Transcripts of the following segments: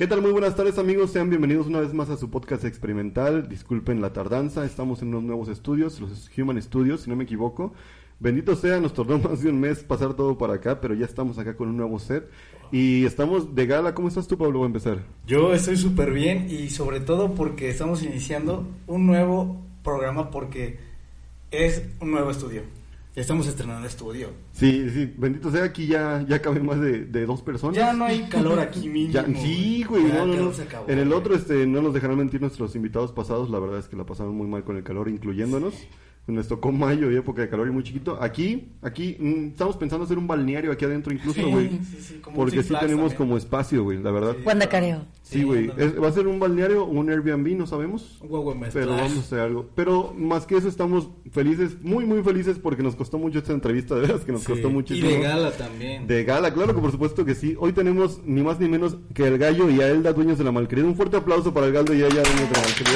¿Qué tal? Muy buenas tardes, amigos, sean bienvenidos una vez más a su podcast experimental. Disculpen la tardanza, estamos en unos nuevos estudios, los Human Studios, si no me equivoco. Bendito sea, nos tardó más de un mes pasar todo para acá, pero ya estamos acá con un nuevo set y estamos de gala. ¿Cómo estás tú, Pablo? Voy a empezar. Yo estoy súper bien y sobre todo porque estamos iniciando un nuevo programa porque es un nuevo estudio. Estamos estrenando estudio. Sí, bendito sea, aquí ya caben más de 2 personas. Ya no hay calor aquí mínimo. Ya, sí, güey, no. Acabó, en el otro, no nos dejarán mentir nuestros invitados pasados, la verdad es que la pasaron muy mal con el calor, incluyéndonos. Sí. Nos tocó mayo y época de calor y muy chiquito. Aquí, estamos pensando hacer un balneario aquí adentro incluso, güey. Sí, porque sí tenemos también como espacio, güey, la verdad. Guandacareo. Sí, güey. ¿Va a ser un balneario o un Airbnb? No sabemos. Pero vamos a hacer algo. Pero más que eso estamos felices, muy, muy felices porque nos costó mucho esta entrevista, de veras que nos costó muchísimo. Y de gala también. De gala, claro que por supuesto que sí. Hoy tenemos ni más ni menos que el Gallo y a Elda, dueños de La Malquerida. Un fuerte aplauso para el Gallo y a ella, dueños de La Malquerida.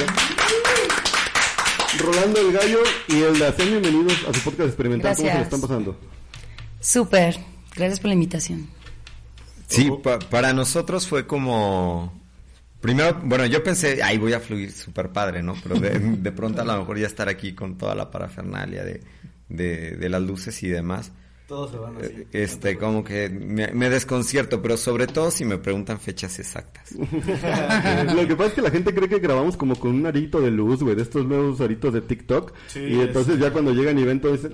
Rolando, el Gallo y Elda, sean bienvenidos a su podcast experimental. Gracias. ¿Cómo se lo están pasando? Súper, gracias por la invitación. Sí, para nosotros fue como... Primero, bueno, yo pensé, voy a fluir súper padre, ¿no? Pero de pronto a lo mejor ya estar aquí con toda la parafernalia de las luces y demás. Todos se van así. Como que me desconcierto, pero sobre todo si me preguntan fechas exactas. Lo que pasa es que la gente cree que grabamos como con un arito de luz, güey, de estos nuevos aritos de TikTok. Sí, y entonces ya cuando llegan eventos dicen,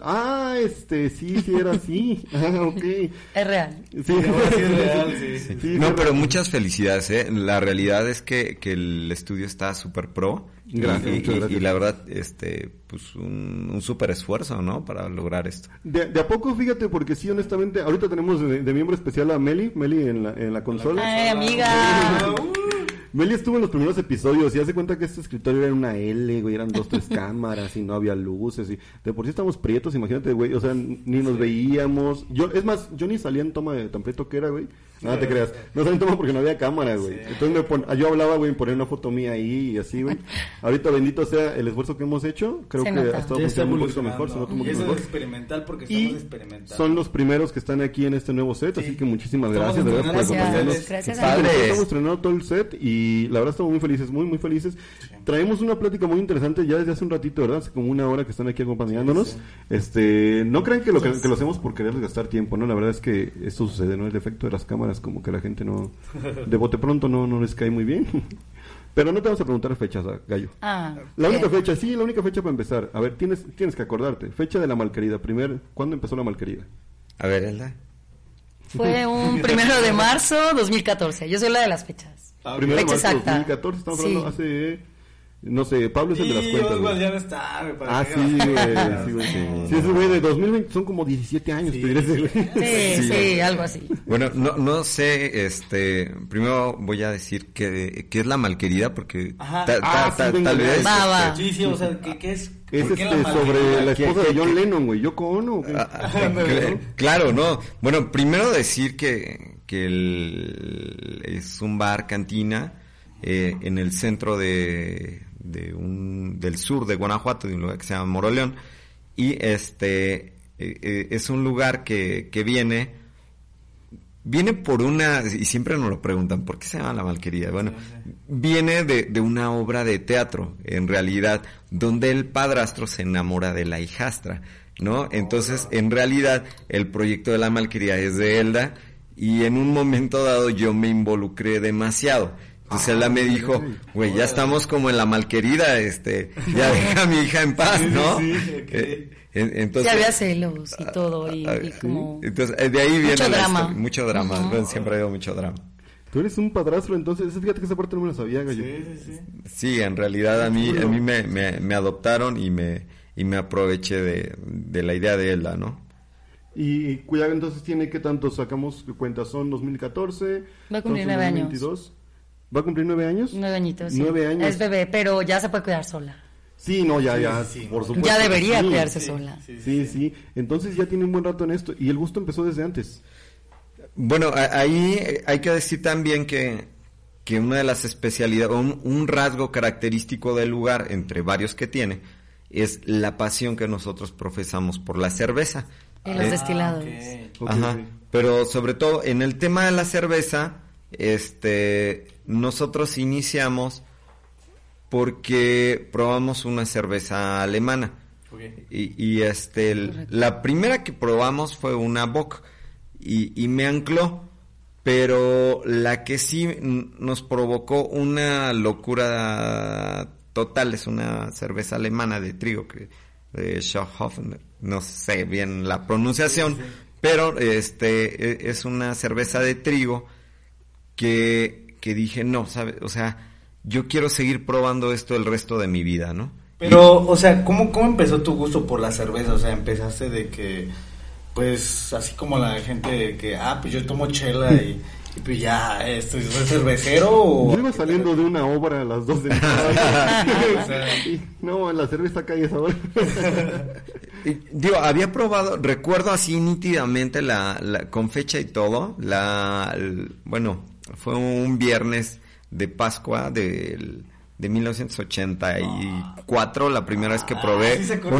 sí era así. Ok. Es real. Sí, sí es real, sí. Sí, no, pero muchas felicidades, La realidad es que el estudio está súper pro. Gracias, gracias. Y la verdad, pues un súper esfuerzo, ¿no? Para lograr esto. De a poco, fíjate, porque sí, honestamente, ahorita tenemos de miembro especial a Meli en la consola. ¡Ay, amiga! Meli estuvo en los primeros episodios y hace cuenta que este escritorio era una L, güey, eran 2, 3 cámaras y no había luces y de por sí estamos prietos, imagínate, güey, o sea, ni nos veíamos. Yo ni salía en toma de tan prieto que era, güey. Nada te creas. No salía en toma porque no había cámara, güey. Sí. Entonces yo hablaba, güey, en poner una foto mía ahí y así, güey. Ahorita bendito sea el esfuerzo que hemos hecho. Creo que ha estado funcionando un poquito mejor, se nota un poquito mejor. Es experimental porque estamos experimentando. Son los primeros que están aquí en este nuevo set, así que muchísimas gracias, de verdad, por acompañarnos. Gracias. Estamos estrenando todo el set y la verdad estamos muy felices, muy, muy felices. Sí. Traemos una plática muy interesante ya desde hace un ratito, ¿verdad? Hace como una hora que están aquí acompañándonos. Sí. No crean que lo hacemos por querer gastar tiempo, ¿no? La verdad es que esto sucede, ¿no? El efecto de las cámaras, como que la gente no, de bote pronto no les cae muy bien. Pero no te vamos a preguntar fechas, Gallo. La única fecha para empezar. A ver, tienes que acordarte. Fecha de La Malquerida. ¿Cuándo empezó La Malquerida? A ver, Elda. Fue un 1 de marzo 2014. Yo soy la de las fechas. 1 de marzo exacta. 2014, estamos hablando hace... No sé, Pablo es el de las cuentas. Oswald ya no está, güey. Sí, güey. Sí, ese güey de 2020 son como 17 años, te diré ese güey. Sí, algo así. Bueno, no sé, primero voy a decir que es La Malquerida porque tal vez... Sí, o sea, ¿qué es? Es sobre la esposa de John Lennon, güey. ¿Yoko Ono? Claro, no. Bueno, primero decir que es un bar cantina en el centro del sur de Guanajuato, de un lugar que se llama Moroleón, y es un lugar que viene por y siempre nos lo preguntan, ¿por qué se llama La Malquerida? Bueno, viene de una obra de teatro, en realidad, donde el padrastro se enamora de la hijastra, ¿no? Entonces, en realidad, el proyecto de La Malquerida es de Elda, y en un momento dado yo me involucré demasiado. Entonces Elda me dijo, güey, ya estamos como en La Malquerida, ya deja a mi hija en paz, ¿no? Sí, okay. Entonces, ya había celos y todo, y como... Entonces, de ahí viene mucho drama. Bueno, siempre ha habido mucho drama. Tú eres un padrastro, entonces, fíjate que esa parte no me la sabía, Gallo. Sí, en realidad a mí me adoptaron y me aproveché de la idea de Elda, ¿no? Y cuidado, entonces tiene que tanto sacamos cuentas, son 2014. Va a cumplir 9 años. ¿Va a cumplir 9 años? 9 añitos, sí. 9 años. Es bebé, pero ya se puede cuidar sola. Sí, no, ya, por supuesto. Ya debería cuidarse sola. Sí. Entonces ya tiene un buen rato en esto. Y el gusto empezó desde antes. Bueno, ahí hay que decir también que una de las especialidades, un rasgo característico del lugar, entre varios que tiene, es la pasión que nosotros profesamos por la cerveza. Y los destilados. Okay. Ajá. Pero sobre todo en el tema de la cerveza, nosotros iniciamos porque probamos una cerveza alemana. Okay. Y la primera que probamos fue una Bock y me ancló, pero la que sí nos provocó una locura total es una cerveza alemana de trigo, de Schoenhofen, no sé bien la pronunciación, pero es una cerveza de trigo que dije, no, ¿sabes? O sea, yo quiero seguir probando esto el resto de mi vida, ¿no? Pero, o sea, ¿cómo empezó tu gusto por la cerveza? O sea, empezaste de que, pues, así como la gente que, pues yo tomo chela y pues ya, ¿soy cervecero o...? Yo iba saliendo de una obra a las 2 de la tarde. O sea, no, la cerveza cae esa hora. Digo, había probado, recuerdo así nítidamente con fecha y todo, bueno, fue un viernes de Pascua de 1984, la primera vez que probé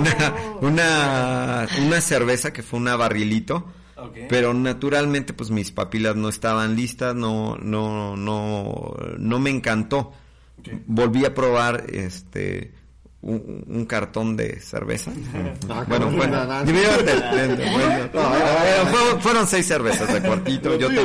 una cerveza que fue una barrilito, okay. Pero naturalmente pues mis papilas no estaban listas, no me encantó. Okay. Volví a probar un cartón de cerveza. Fueron 6 cervezas de cuartito. Yo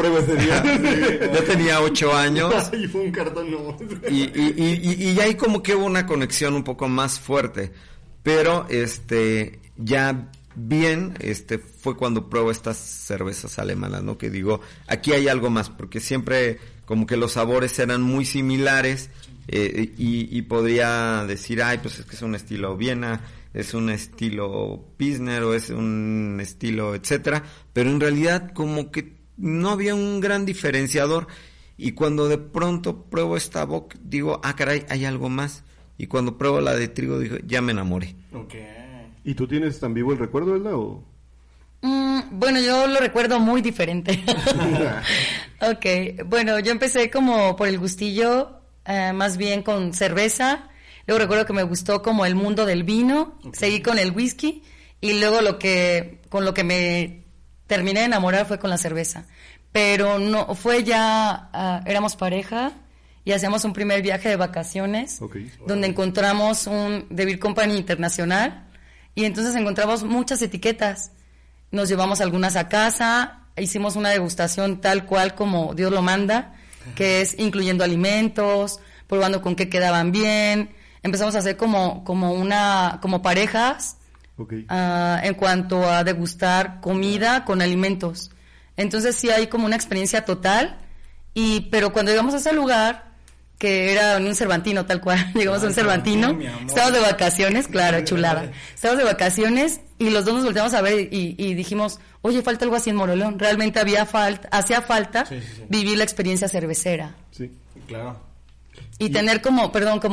tenía 8 años. Y fue un cartón, no. Y ahí como que hubo una conexión un poco más fuerte. Pero ya bien, fue cuando pruebo estas cervezas alemanas, ¿no? Que digo, aquí hay algo más, porque siempre como que los sabores eran muy similares. Y podría decir, pues es que es un estilo Viena, es un estilo Pilsner o es un estilo etcétera, pero en realidad como que no había un gran diferenciador, y cuando de pronto pruebo esta Bock digo, caray, hay algo más, y cuando pruebo la de trigo digo, ya me enamoré. Okay. ¿Y tú tienes tan vivo el recuerdo, verdad? Bueno, yo lo recuerdo muy diferente. Okay, bueno, yo empecé como por el gustillo, más bien con cerveza. Luego recuerdo que me gustó como el mundo del vino, okay. Seguí con el whisky, y luego con lo que me terminé de enamorar fue con la cerveza. Pero no, fue ya, éramos pareja y hacíamos un primer viaje de vacaciones, okay. Donde encontramos un de Beer Company internacional, y entonces encontramos muchas etiquetas. Nos llevamos algunas a casa, hicimos una degustación tal cual como Dios lo manda, que es incluyendo alimentos, probando con qué quedaban bien. Empezamos a hacer como parejas, okay. En cuanto a degustar comida con alimentos. Entonces sí hay como una experiencia total, pero cuando llegamos a ese lugar, que era en un Cervantino tal cual, llegamos a un Cervantino, estábamos de vacaciones, claro, chulada, estábamos de vacaciones y los dos nos volteamos a ver y dijimos, oye, falta algo así en Moroleón. Realmente hacía falta sí. Vivir la experiencia cervecera. Sí, claro. Y tener como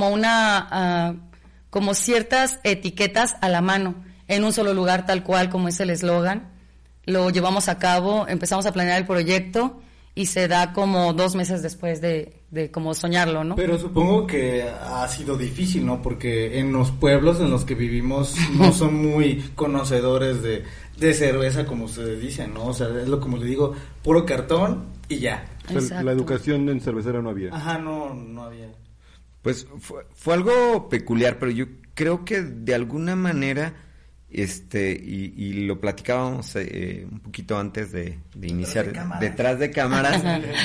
ciertas etiquetas a la mano, en un solo lugar tal cual como es el eslogan. Lo llevamos a cabo, empezamos a planear el proyecto y se da como 2 meses después de como soñarlo, ¿no? Pero supongo que ha sido difícil, ¿no? Porque en los pueblos en los que vivimos no son muy conocedores de cerveza, como ustedes dicen, ¿no? O sea, es como le digo, puro cartón y ya. O sea, la educación en cervecera no había. Ajá, no había. Pues fue algo peculiar, pero yo creo que de alguna manera, y lo platicábamos un poquito antes de iniciar, detrás de cámaras,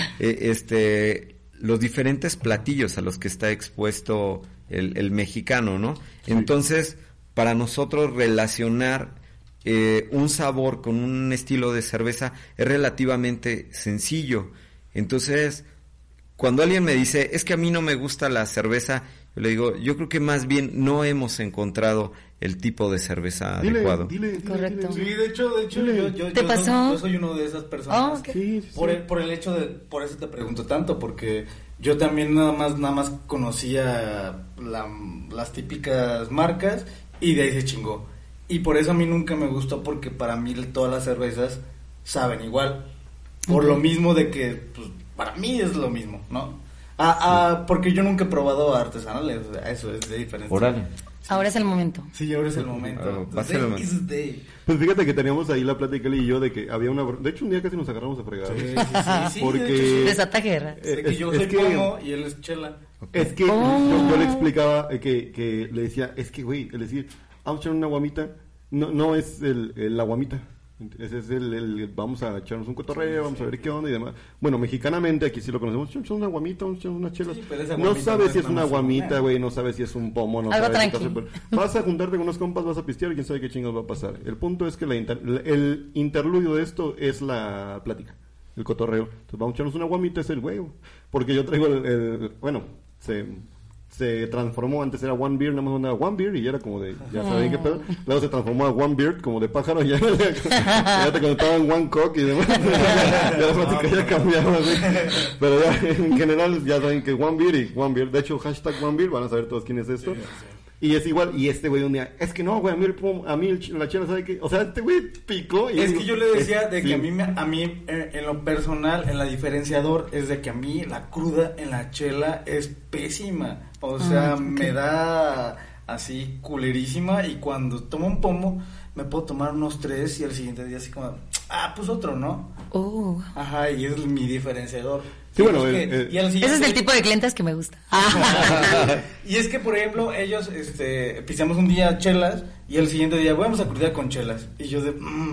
los diferentes platillos a los que está expuesto el mexicano, ¿no? Sí. Entonces, para nosotros relacionar un sabor con un estilo de cerveza es relativamente sencillo. Entonces, cuando alguien me dice, es que a mí no me gusta la cerveza, yo le digo, yo creo que más bien no hemos encontrado el tipo de cerveza adecuado. Correcto. Sí, de hecho, ¿Te pasó? Yo soy uno de esas personas. Okay. Sí. Por el hecho de, por eso te pregunto tanto, porque yo también nada más conocía las típicas marcas y de ahí se chingó. Y por eso a mí nunca me gustó, porque para mí todas las cervezas saben igual. Por lo mismo de que, pues, para mí es lo mismo, ¿no? Porque yo nunca he probado artesanales, eso es de diferencia. Órale. Ahora es el momento. Sí, ahora es el momento. Today is the day. Pues fíjate que teníamos ahí la plática él y yo de que había una... De hecho, un día casi nos agarramos a fregar. Sí, Porque... de hecho, sí. Desata guerra. De que yo soy pomo y él es chela. Es que yo le explicaba que le decía, es que, güey, el decir, vamos a echar una guamita, no es la guamita. Ese es vamos a echarnos un cotorreo, vamos a ver qué onda y demás. Bueno, mexicanamente, aquí sí lo conocemos, echamos una guamita, vamos a echar unas chelas. Sí, pero esa no guamita sabes no si es una más guamita, güey, no sabes si es un pomo, no Algo sabes si tranqui. vas a juntarte con unos compas, vas a pistear y quién sabe qué chingados va a pasar. El punto es que el interludio de esto es la plática, el cotorreo. Entonces vamos a echarnos una guamita, es el güey, porque yo traigo bueno, se transformó, antes era One Beer, nada más una One Beer y ya era como de, ya saben qué pedo. Luego se transformó a One Beard, como de pájaro, ya te conectaban One Cock y demás. Ya la plática ya cambiaba, güey. Pero ya, en general, ya saben que One Beer y One Beer. De hecho, hashtag One Beer, van a saber todos quién es esto. Y es igual, y este güey un día, es que no, güey, a mí la chela, ¿sabe qué? O sea, este güey picó y... Es que yo le decía de que sí. a mí en lo personal, en la diferenciador, es de que a mí la cruda en la chela es pésima. O sea, me da así culerísima y cuando tomo un pomo me puedo tomar unos 3 y al siguiente día así como, pues otro, ¿no? Ajá, y es mi diferenciador. Sí, bueno, y al Ese es el tipo de clientes que me gusta. Y es que, por ejemplo, ellos pisamos un día chelas y al siguiente día vamos a crudear con chelas. Y yo de,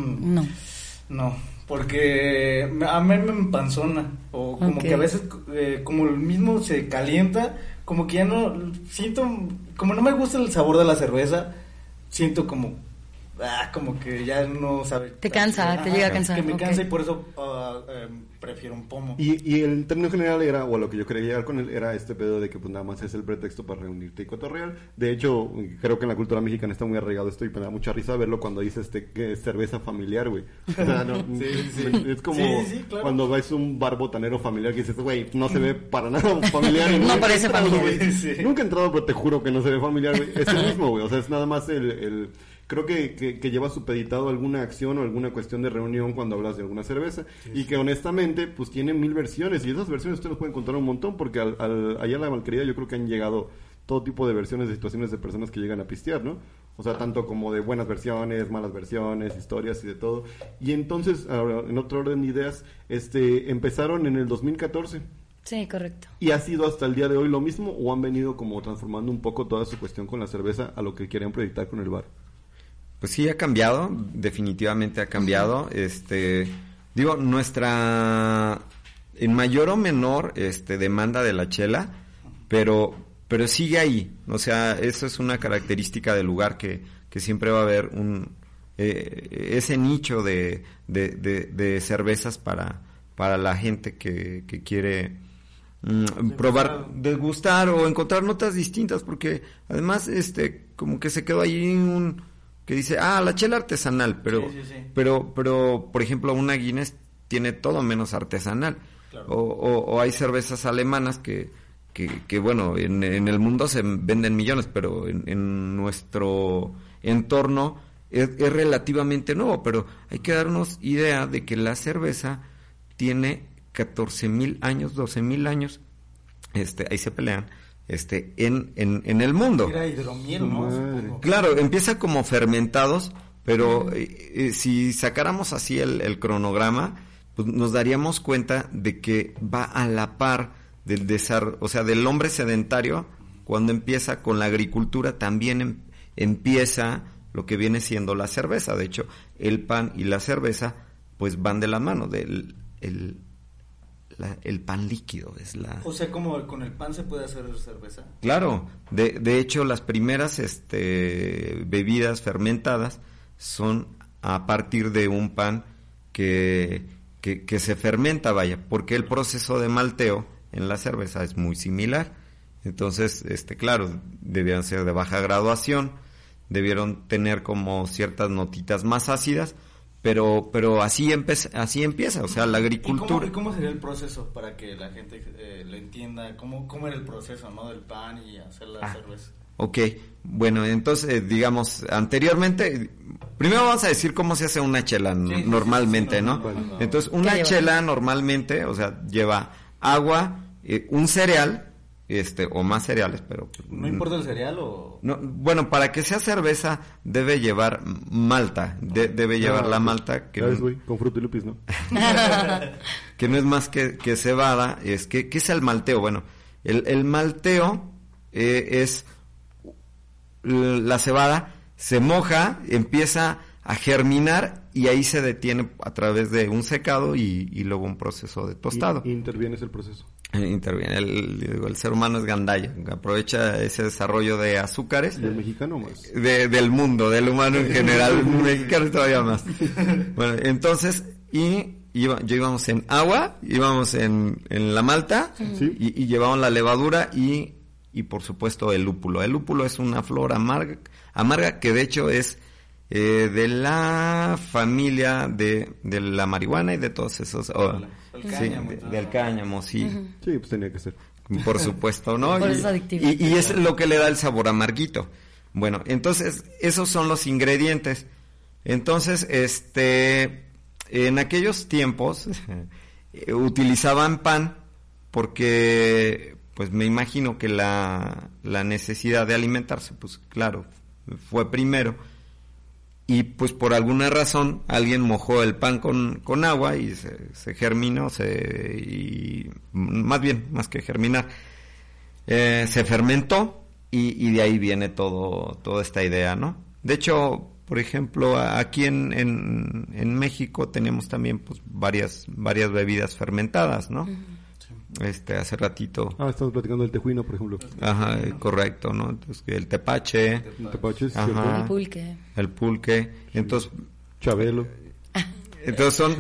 no, porque a mí me empanzona. O como que a veces, como el mismo se calienta, como que ya no, siento, como no me gusta el sabor de la cerveza, siento como que ya no sabe. Te cansa, te llega a cansar. Que me cansa y por eso prefiero un pomo. Y el término general era, o lo que yo quería llegar con él, era este pedo de que pues nada más es el pretexto para reunirte y cotorrear. De hecho, creo que en la cultura mexicana está muy arraigado esto y me da mucha risa verlo cuando dices que es cerveza familiar, güey. O sea, no, es como claro. cuando ves un bar botanero familiar que dices, güey, no se ve para nada familiar. No parece familiar. Güey. Nunca he entrado, pero te juro que no se ve familiar, güey. Es el mismo, güey. O sea, es nada más creo que lleva supeditado alguna acción o alguna cuestión de reunión cuando hablas de alguna cerveza y que honestamente pues tiene 1000 versiones y esas versiones ustedes pueden encontrar un montón porque allá en la Malquería yo creo que han llegado todo tipo de versiones de situaciones de personas que llegan a pistear, ¿no? O sea, tanto como de buenas versiones, malas versiones, historias y de todo. Y entonces, en otro orden de ideas, empezaron en el 2014. Sí, correcto. ¿Y ha sido hasta el día de hoy lo mismo o han venido como transformando un poco toda su cuestión con la cerveza a lo que querían proyectar con el bar? Pues sí, ha cambiado, definitivamente ha cambiado. Digo, nuestra, en mayor o menor, demanda de la chela, pero sigue ahí. O sea, eso es una característica del lugar que siempre va a haber ese nicho de cervezas para la gente que quiere probar, degustar o encontrar notas distintas, porque además, como que se quedó ahí que dice, la chela artesanal, pero, sí. pero, por ejemplo, una Guinness tiene todo menos artesanal. Claro. O hay cervezas alemanas que bueno, en el mundo se venden millones, pero en nuestro entorno es relativamente nuevo, pero hay que darnos idea de que la cerveza tiene 14,000 años, 12,000 años, ahí se pelean, en el mundo. Era hidromiel, ¿no? Claro, empieza como fermentados, pero si sacáramos así el cronograma, pues nos daríamos cuenta de que va a la par del desarrollo, o sea, del hombre sedentario. Cuando empieza con la agricultura, también empieza lo que viene siendo la cerveza. De hecho, el pan y la cerveza pues van de la mano. El pan líquido es la... O sea, como con el pan se puede hacer cerveza. Claro, de hecho las primeras bebidas fermentadas son a partir de un pan que se fermenta, vaya, porque el proceso de malteo en la cerveza es muy similar. Entonces, claro, debieron ser de baja graduación, debieron tener como ciertas notitas más ácidas, pero así empieza, o sea, la agricultura. ¿Y cómo sería el proceso para que la gente lo entienda? ¿Cómo era el proceso, no, del pan y hacer la cerveza? Ok, bueno, entonces, digamos, anteriormente, primero vamos a decir cómo se hace una chela normalmente, ¿no? Entonces, una chela normalmente, o sea, lleva agua, un cereal, o más cereales, pero... ¿No importa el cereal o...? No, bueno, para que sea cerveza debe llevar malta, debe llevar la malta que... ¿Sabes, güey? Con Fruity Loops, ¿no? que no es más que cebada. ¿Qué es el malteo? Bueno, el malteo es la cebada, se moja, empieza a germinar y ahí se detiene a través de un secado y luego un proceso de tostado. Y interviene el proceso. Interviene, el ser humano es gandalla, aprovecha ese desarrollo de azúcares. ¿Y el mexicano más? Del mundo, del humano en general, el mexicano todavía más. Bueno, entonces, íbamos en agua, íbamos en la malta, ¿sí? y llevamos la levadura y por supuesto el lúpulo. El lúpulo es una flor amarga que de hecho es de la familia de la marihuana y de todos esos... del cáñamo, sí. Uh-huh. Sí, pues tenía que ser. Por supuesto, ¿no? Por eso es adictivo. Y es lo que le da el sabor amarguito. Bueno, entonces, esos son los ingredientes. Entonces, en aquellos tiempos, utilizaban pan porque, pues me imagino que la necesidad de alimentarse, pues claro, fue primero. Y pues por alguna razón alguien mojó el pan con agua y se germinó, y más que germinar, se fermentó y de ahí viene toda esta idea, ¿no? De hecho, por ejemplo, aquí en México tenemos también pues varias bebidas fermentadas, ¿no? Hace ratito. Estamos platicando del tejuino, por ejemplo. Ajá, correcto, ¿no? Entonces, el tepache. El tepache, sí. Ajá. El pulque. Entonces, Chabelo. Entonces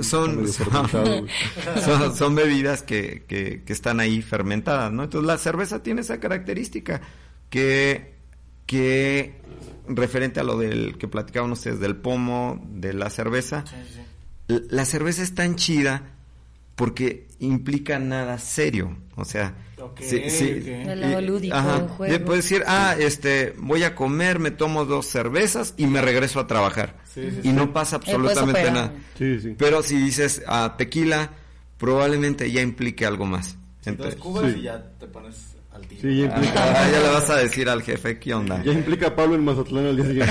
son bebidas que están ahí fermentadas, ¿no? Entonces la cerveza tiene esa característica que referente a lo del que platicaban ustedes del pomo, de la cerveza. Sí. La cerveza es tan chida porque implica nada serio, o sea, el lado lúdico, juego. Puedes decir, voy a comer, me tomo 2 cervezas y me regreso a trabajar, y no pasa absolutamente nada. Sí. Pero si dices tequila, probablemente ya implique algo más. Entonces cubas y ya te pones al tiro. Sí, ya implica. Ya le vas a decir al jefe qué onda. Ya implica a Pablo en Mazatlán al día siguiente.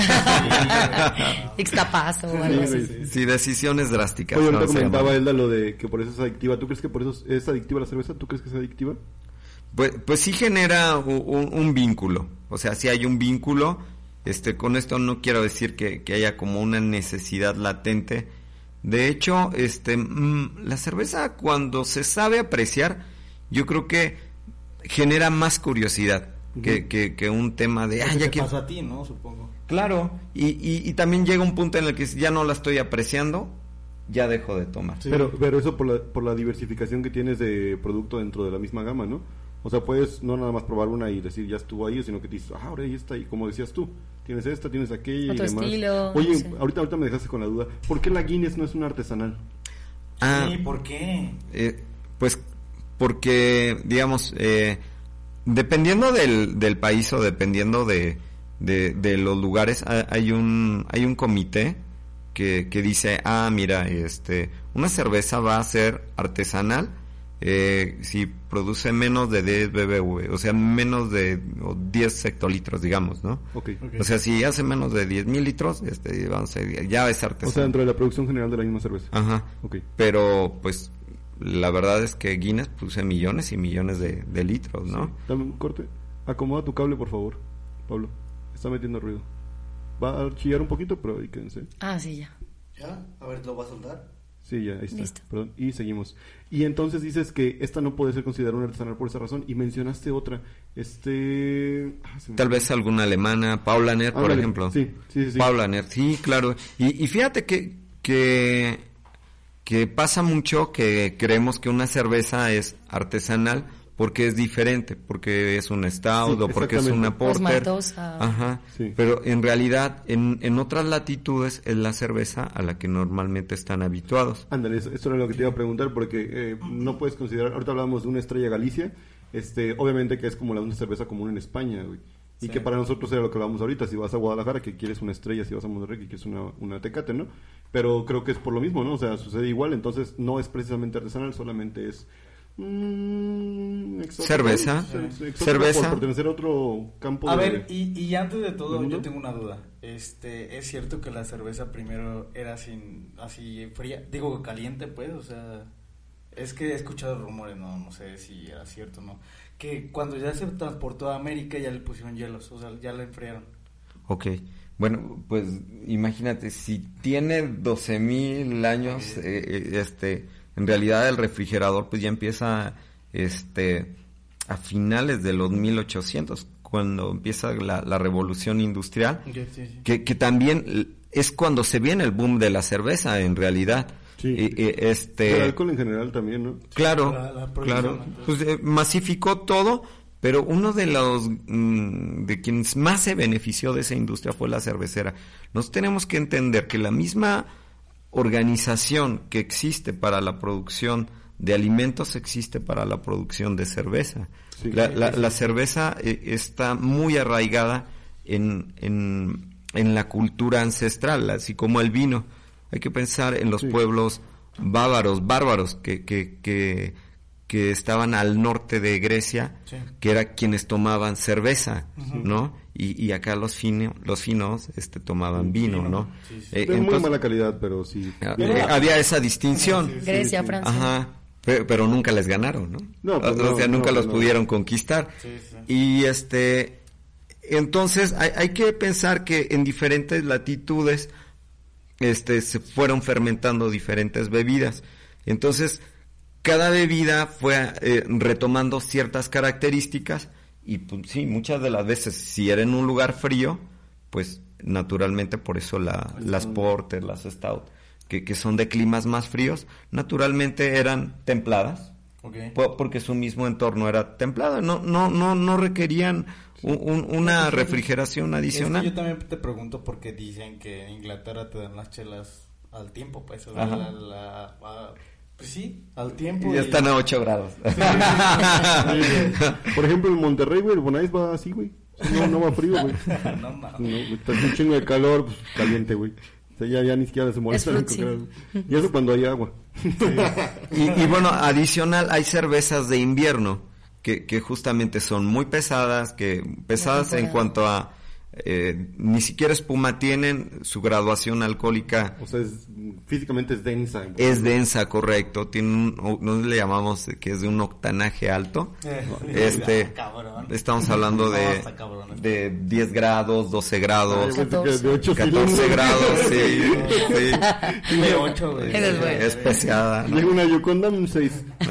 Ixtapazo o algo así. Sí, decisiones drásticas. Oye, ahorita comentaba Elda lo de que por eso es adictiva. ¿Tú crees que por eso es adictiva la cerveza? ¿Tú crees que es adictiva? Pues sí genera un vínculo. O sea, sí hay un vínculo. Con esto no quiero decir que haya como una necesidad latente. De hecho, la cerveza cuando se sabe apreciar, yo creo que genera más curiosidad que un tema de... ya que pasó a ti, ¿no? Supongo. Claro, y también llega un punto en el que ya no la estoy apreciando, ya dejo de tomar. Sí. Pero eso por la diversificación que tienes de producto dentro de la misma gama, ¿no? O sea, puedes no nada más probar una y decir ya estuvo ahí, sino que dices, ahora ahí está, y como decías tú, tienes esta, tienes aquella otro y demás. Estilo, oye, no sé. ahorita me dejaste con la duda, ¿por qué la Guinness no es una artesanal? Sí, ¿por qué? Pues porque, digamos, dependiendo del país o dependiendo de los lugares, hay un comité que dice, mira, una cerveza va a ser artesanal si produce menos de 10 bbv, o sea, menos de 10 hectolitros, digamos, ¿no? Okay. O sea, si hace menos de 10,000 litros, vamos a decir, ya es artesanal. O sea, dentro de la producción general de la misma cerveza. Ajá. Okay. Pero, pues, la verdad es que Guinness produce millones y millones de litros, ¿no? Sí. Dame un corte. Acomoda tu cable, por favor, Pablo. Está metiendo ruido. Va a chillar un poquito, pero ahí quédense. Sí, ya. ¿Ya? A ver, ¿lo va a soltar? Sí, ya, ahí está. Listo. Perdón, y seguimos. Y entonces dices que esta no puede ser considerada una artesanal por esa razón, y mencionaste otra. Tal vez alguna alemana, Paulaner, por ejemplo. Sí. Paulaner, sí, claro. Y fíjate que pasa mucho que creemos que una cerveza es artesanal porque es diferente, porque es un stout o porque es una porter. Ajá. Sí. Pero en realidad en otras latitudes es la cerveza a la que normalmente están habituados. Ándale, esto era lo que te iba a preguntar, porque no puedes considerar, ahorita hablábamos de una Estrella Galicia, obviamente que es como una cerveza común en España, güey. Y que para nosotros era lo que hablamos ahorita, si vas a Guadalajara que quieres una Estrella, si vas a Monterrey que quieres una Tecate, ¿no? Pero creo que es por lo mismo, ¿no? O sea, sucede igual, entonces no es precisamente artesanal, solamente es Exótico. Cerveza. Exótico Cerveza. Por pertenecer a otro campo. A ver, y antes de todo, ¿mundo? yo tengo una duda. ¿Es cierto que la cerveza primero era así fría? Digo, caliente, pues, o sea... Es que he escuchado rumores, no sé si era cierto o no. Que cuando ya se transportó a América ya le pusieron hielos, o sea, ya la enfriaron. Ok. Bueno, pues imagínate, si tiene 12,000 años, en realidad el refrigerador pues ya empieza a finales de los 1800, cuando empieza la revolución industrial, Okay, sí. que también es cuando se viene el boom de la cerveza en realidad. Sí. El alcohol en general también, ¿no? Claro, La producción, claro. entonces. Pues masificó todo, pero uno de los de quienes más se benefició de esa industria fue la cervecera. Nos tenemos que entender que la misma organización que existe para la producción de alimentos existe para la producción de cerveza. Sí. La cerveza está muy arraigada en la cultura ancestral, así como el vino. Hay que pensar en los pueblos bárbaros que estaban al norte de Grecia, que eran quienes tomaban cerveza, ¿no? Y acá los finos tomaban vino, ¿no? De muy Entonces, mala calidad, pero sí. había esa distinción. Grecia, Francia. Ajá. Pero nunca les ganaron, ¿no? No, pues o sea, nunca los no. pudieron conquistar. Sí. Y entonces hay que pensar que en diferentes latitudes se fueron fermentando diferentes bebidas. Entonces, cada bebida fue retomando ciertas características y pues, sí, muchas de las veces, si era en un lugar frío, pues naturalmente por eso las porter, las stout, que son de climas más fríos, naturalmente eran templadas, Okay. porque su mismo entorno era templado, no requerían una refrigeración adicional. Es que yo también te pregunto porque dicen que en Inglaterra te dan las chelas al tiempo, pues, o sea, pues sí, al tiempo. Ya están a 8 grados. Por ejemplo, en Monterrey, güey, el Bonais va así, güey. No va frío, güey. No mames. No, está un chingo de calor, pues, caliente, güey. O sea, ya ni siquiera se molesta. Es fruity. Y eso cuando hay agua. Y bueno, adicional, hay cervezas de invierno que justamente son muy pesadas, en cuanto a ni siquiera espuma tienen, su graduación alcohólica O sea, físicamente es densa. es densa, correcto, tiene nosotros le llamamos que es de un octanaje alto. Cabrón. Estamos hablando está cabrón. de 10 grados, 12 grados, Ay, güey, de 8 14 grados, sí. De 8, güey. Esa es buena. Es peseada, ¿no? Llega una Yoconda, un 6.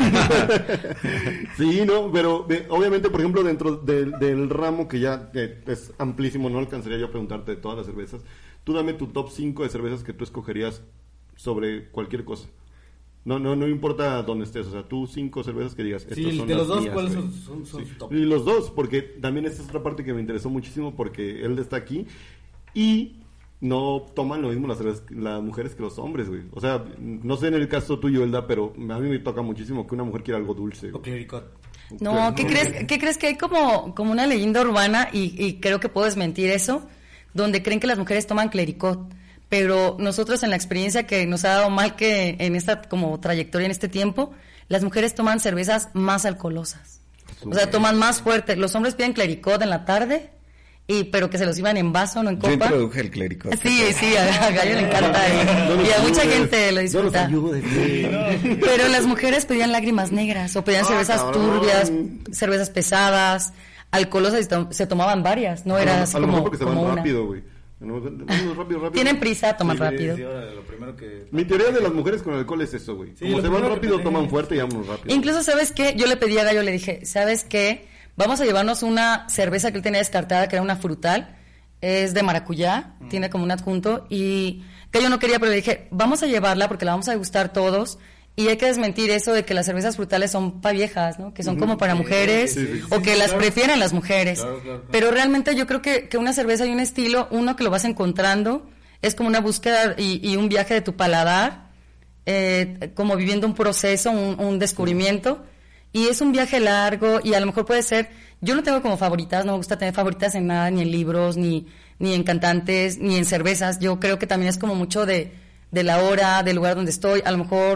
Sí, no, pero obviamente, por ejemplo, dentro del ramo que ya es amplísimo, no alcanzaría yo a preguntarte de todas las cervezas. Tú dame tu top 5 de cervezas que tú escogerías sobre cualquier cosa. No importa dónde estés, o sea, tú 5 cervezas que digas. Sí, estas son de los las dos, mías, ¿cuáles güey. son sus top? Y los dos, porque también esta es otra parte que me interesó muchísimo porque él está aquí y no toman lo mismo las mujeres que los hombres, güey. O sea, no sé en el caso tuyo, Elda, pero a mí me toca muchísimo que una mujer quiera algo dulce, O güey. Clericot. No, ¿qué crees que hay como una leyenda urbana y creo que puedo desmentir eso, donde creen que las mujeres toman clericot, pero nosotros en la experiencia que nos ha dado mal que en esta como trayectoria en este tiempo, las mujeres toman cervezas más alcoholosas. O sea, toman más fuerte. Los hombres piden clericot en la tarde, pero que se los iban en vaso, no en Yo copa. introduje el clérico. Sí, a Gallo le encanta y a mucha gente lo disfruta. Pero las mujeres pedían lágrimas negras o pedían cervezas cabrón. turbias, cervezas pesadas, alcoholosas y se tomaban varias, no era así a lo mejor como, porque se van como una. rápido, güey. Vámonos rápido. Tienen prisa, toman Sí, rápido. sí, ahora, lo primero que... Mi teoría de las mujeres con alcohol es eso, güey. Sí, Como lo se van primero rápido, que- toman fuerte y vámonos rápido. Incluso, ¿sabes qué? Yo le pedí a Gallo, le dije, ¿sabes qué? Vamos a llevarnos una cerveza que él tenía descartada, que era una frutal, es de maracuyá, tiene como un adjunto, y Gallo no quería, pero le dije, vamos a llevarla porque la vamos a degustar todos, y hay que desmentir eso de que las cervezas frutales son para viejas, ¿no? Que son como para mujeres, sí, o que las claro. prefieren las mujeres. Claro. Pero realmente yo creo que una cerveza y un estilo, uno que lo vas encontrando, es como una búsqueda y un viaje de tu paladar, como viviendo un proceso, un descubrimiento, y es un viaje largo y a lo mejor puede ser, yo no tengo como favoritas, no me gusta tener favoritas en nada, ni en libros, ni en cantantes, ni en cervezas. Yo creo que también es como mucho de la hora, del lugar donde estoy. A lo mejor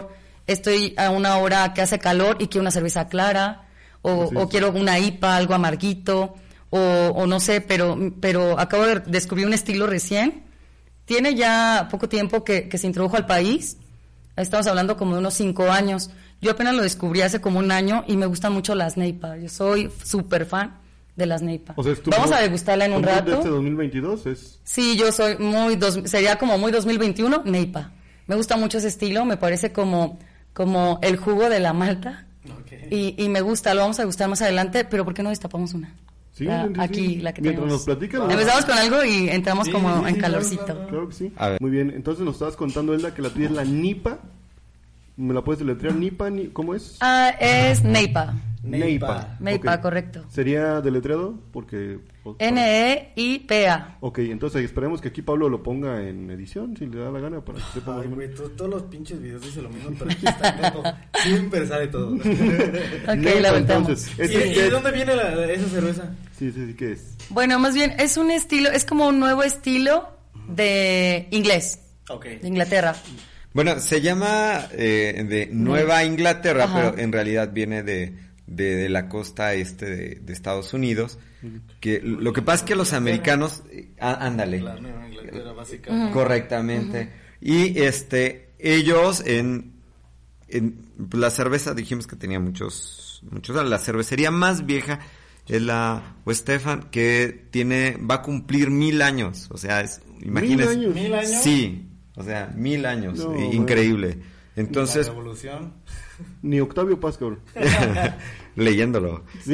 estoy a una hora que hace calor y quiero una cerveza clara, o quiero una IPA, algo amarguito, o no sé, pero acabo de descubrir un estilo recién. Tiene ya poco tiempo que se introdujo al país. Estamos hablando como de unos 5 años. Yo apenas lo descubrí hace como 1 año y me gustan mucho las Neipa. Yo soy súper fan de las Neipa. O sea, vamos a degustarla en un rato. ¿De este 2022 es? Sí, yo soy sería como muy 2021, Neipa. Me gusta mucho ese estilo, me parece como el jugo de la malta. Okay. Y me gusta, lo vamos a degustar más adelante, pero ¿por qué no destapamos una? Sí, aquí la que mientras tenemos. Nos platican. Empezamos con algo y entramos en calorcito. Claro que sí. A ver. Muy bien, entonces nos estabas contando, Elda, que la tuya es la Nipa. ¿Me la puedes deletrear? ¿Nipa? ¿Cómo es? Es Neipa. Neipa, okay. Correcto. ¿Sería deletreado? Porque... Neipa. Ok, entonces esperemos que aquí Pablo lo ponga en edición, si le da la gana, para que sepa más o güey, menos. todos los pinches videos dicen lo mismo, pero aquí está neto. Siempre sale todo. Ok, la aventamos. ¿Y de dónde viene esa cerveza? Sí, ¿qué es? Bueno, más bien es un estilo, es como un nuevo estilo de inglés. Okay. De Inglaterra. Bueno, se llama de Nueva Inglaterra, pero en realidad viene de la costa este de Estados Unidos. Que lo que pasa es que los americanos, ándale. La Nueva Inglaterra, básicamente. Correctamente. Y ellos en la cerveza dijimos que tenía muchos, la cervecería más vieja es la Westefan, que va a cumplir 1000 años. O sea, imagínense. 1000 años. Sí. O sea, 1000 años, no, increíble. Entonces, la revolución. Ni Octavio Paz, cabrón. Leyéndolo. Sí.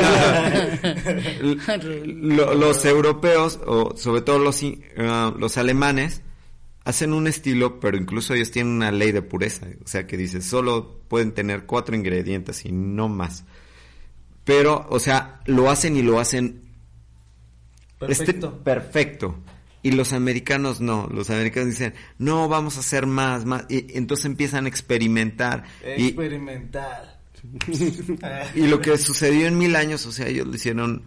Los europeos, o sobre todo los alemanes, hacen un estilo, pero incluso ellos tienen una ley de pureza. O sea, que dice, solo pueden tener 4 ingredientes y no más. Pero, o sea, lo hacen perfecto. Perfecto. Y los americanos no, los americanos dicen, no, vamos a hacer más, y entonces empiezan a experimentar. Experimental. Y lo que sucedió en 1000 años, o sea, ellos lo hicieron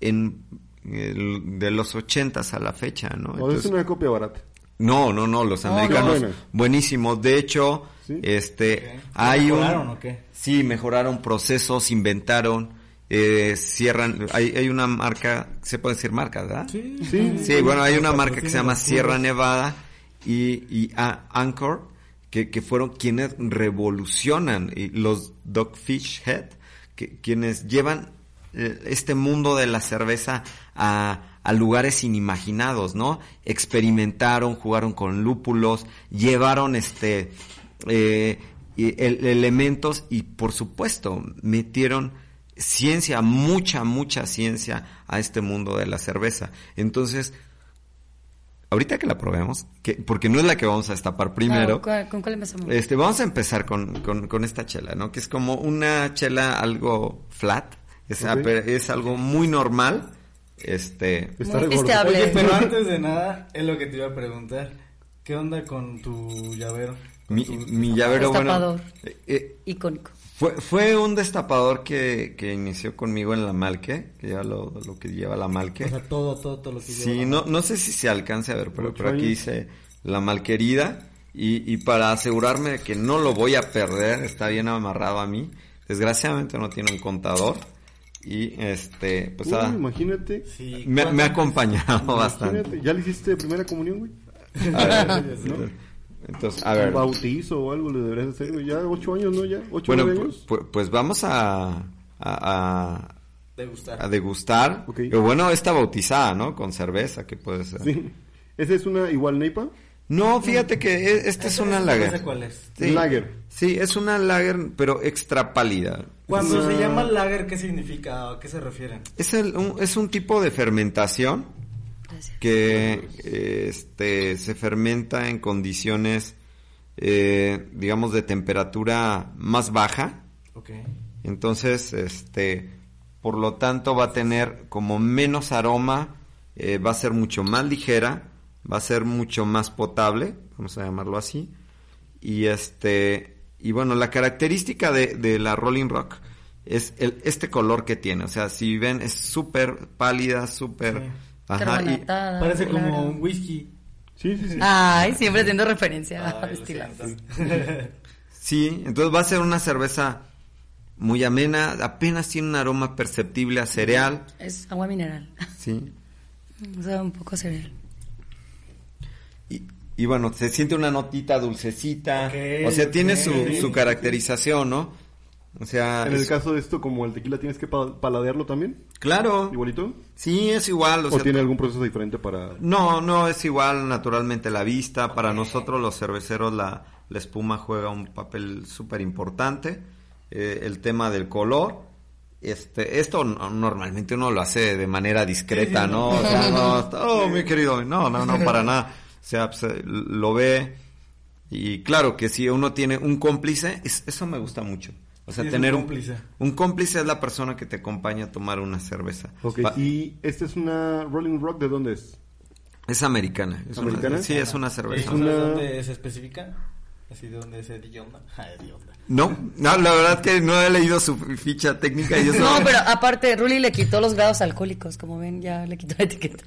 de los 80s a la fecha, ¿no? Entonces, es una copia barata. No, los americanos, buenísimo. De hecho, ¿sí? hay ¿mejoraron o qué? Sí, mejoraron procesos, inventaron. Cierran, hay una marca, se puede decir marca, ¿verdad? Sí, bueno, hay una marca que se llama Sierra Nevada y Anchor, que fueron quienes revolucionan, y los Dogfish Head, quienes llevan este mundo de la cerveza a lugares inimaginados, ¿no? Experimentaron, jugaron con lúpulos, llevaron elementos y por supuesto metieron ciencia, mucha ciencia a este mundo de la cerveza. Entonces, ahorita que la probemos, porque no es la que vamos a destapar primero. ¿Con cuál empezamos? Vamos a empezar con esta chela, ¿no? Que es como una chela algo flat, es algo muy normal. Está muy estable. Oye, pero antes de nada, es lo que te iba a preguntar. ¿Qué onda con tu llavero? Mi llavero, destapador, bueno, icónico. Fue un destapador que inició conmigo en la Malque, que lleva lo que lleva la Malque. O sea, todo lo que lleva. Sí, no sé si se alcance a ver, pero aquí dice la Malquerida, y para asegurarme de que no lo voy a perder, está bien amarrado a mí. Desgraciadamente no tiene un contador, y pues imagínate. Sí, me ha acompañado bastante. ¿Ya le hiciste primera comunión, güey? A ver, ¿no? Entonces, a ver. Un bautizo o algo le deberías hacer, güey. Ya 8 años, ¿no? Ya 8 años. Pues vamos a degustar. A degustar. Okay. Pero bueno, esta bautizada, ¿no? Con cerveza, que puede ser. Sí. ¿Esa es una igual Neipa? No, fíjate que esta es una lager. No sé cuál es. Sí. Lager. Sí, es una lager, pero extra pálida. Cuando se llama lager, ¿qué significa? ¿A qué se refieren? Es un tipo de fermentación que se fermenta en condiciones, digamos, de temperatura más baja. Okay. Entonces, por lo tanto, va a tener como menos aroma, va a ser mucho más ligera, va a ser mucho más potable, vamos a llamarlo así. Y bueno, la característica de la Rolling Rock es este color que tiene. O sea, si ven, es súper pálida, súper... Sí. Ajá, y parece como un whisky. Sí. Ay, siempre haciendo referencia a destilados. Sí, entonces va a ser una cerveza muy amena, apenas tiene un aroma perceptible a cereal. Es agua mineral. Sí. O sea, un poco cereal. Y bueno, se siente una notita dulcecita, Okay, o sea, tiene okay. su caracterización, ¿no? O sea... En el caso de esto, como el tequila, ¿tienes que paladearlo también? Claro. ¿Igualito? Sí, es igual. ¿O tiene algún proceso diferente para...? No, es igual naturalmente la vista. Para nosotros los cerveceros la espuma juega un papel súper importante. El tema del color. Esto normalmente uno lo hace de manera discreta, Sí, ¿no? no. O sea, mi querido, no, para nada. O sea, pues, lo ve. Y claro que si uno tiene un cómplice, eso me gusta mucho. O sea, Sí, tener un cómplice. Un cómplice es la persona que te acompaña a tomar una cerveza. Ok, ¿y esta es una Rolling Rock? ¿De dónde es? Es americana. ¿Americana? Sí, es una cerveza. ¿Sabes dónde se especifica? Así de dónde es hedionda. Hedionda. No, la verdad que no he leído su ficha técnica y eso. No, pero aparte, Ruli le quitó los grados alcohólicos, como ven, ya le quitó la etiqueta.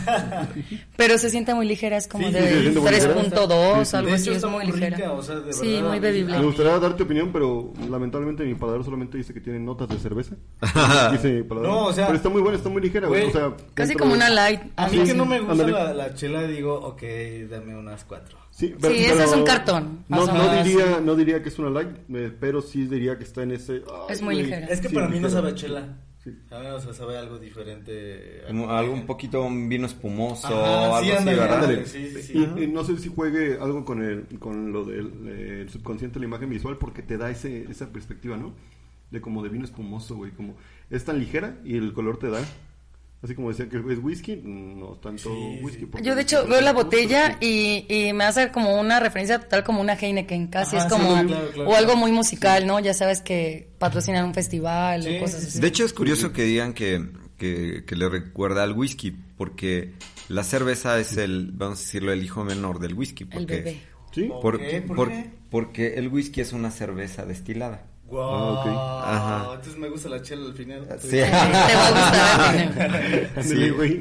Pero se siente muy ligera, es como Sí, de se siente muy ligera. 3.2, Sí, algo De así, hecho, es está muy muy ligera. rica, o sea, de Sí, verdad, muy bebible. Me gustaría darte opinión, pero lamentablemente mi paladar solamente dice que tiene notas de cerveza. Dice mi paladar. No, o sea, pero está muy buena, está muy ligera, güey. güey, O sea, Casi dentro como de- una light. A mí algo que así. no me gusta Ándale. la chela, digo, ok, dame unas 4. Sí, ese es un cartón. No, O sea, no diría que es una light, pero sí diría que está en ese... Es muy ligera. Es que Sí, para mí no ligera. sabe a chela. Sí. ¿Sabes? O sea, sabe algo diferente. Algo un poquito un vino espumoso, Ajá, sí, algo así, ándale, ¿verdad? Ándale. Sí. Y no sé si juegue algo con lo del subconsciente, la imagen visual, porque te da esa perspectiva, ¿no? De como de vino espumoso, güey, como es tan ligera y el color te da. Así como decía que es whisky, no tanto whisky. porque Yo de hecho el veo la gusto, botella sí. y me hace como una referencia total como una Heineken, casi Ajá, es sí, como claro, o algo muy musical, ¿no? Ya sabes que patrocinan un festival Sí, o cosas sí, así. De hecho es curioso que digan que le recuerda al whisky, porque la cerveza es vamos a decirlo, el hijo menor del whisky. El Porque, bebé. ¿Sí? ¿Por qué? Porque el whisky es una cerveza destilada. Wow. ok. Ajá. Entonces me gusta la chela al final. Sí. Te va a gustar al final. Ándale, güey.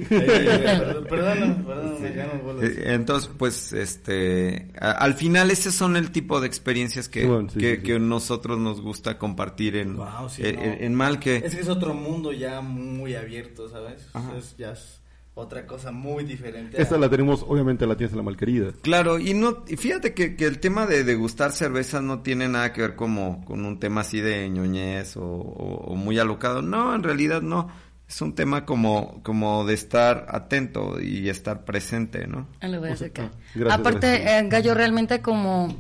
Perdóname, ya no vuelvo a decir. Entonces, pues, al final esos son el tipo de experiencias que, Bueno, sí, sí, sí. que nosotros nos gusta compartir en Wow, sí, en no. Malque. Es que es otro mundo ya muy abierto, ¿sabes? Ajá. Ya es otra cosa muy diferente. Esta la tenemos, obviamente la tienes en la Malquerida. Claro, y fíjate que el tema de degustar cervezas no tiene nada que ver como con un tema así de ñoñez o muy alocado. No, en realidad no. Es un tema como de estar atento y estar presente, ¿no? Lo voy a acercar. Gracias, Aparte, gracias. Gallo, realmente como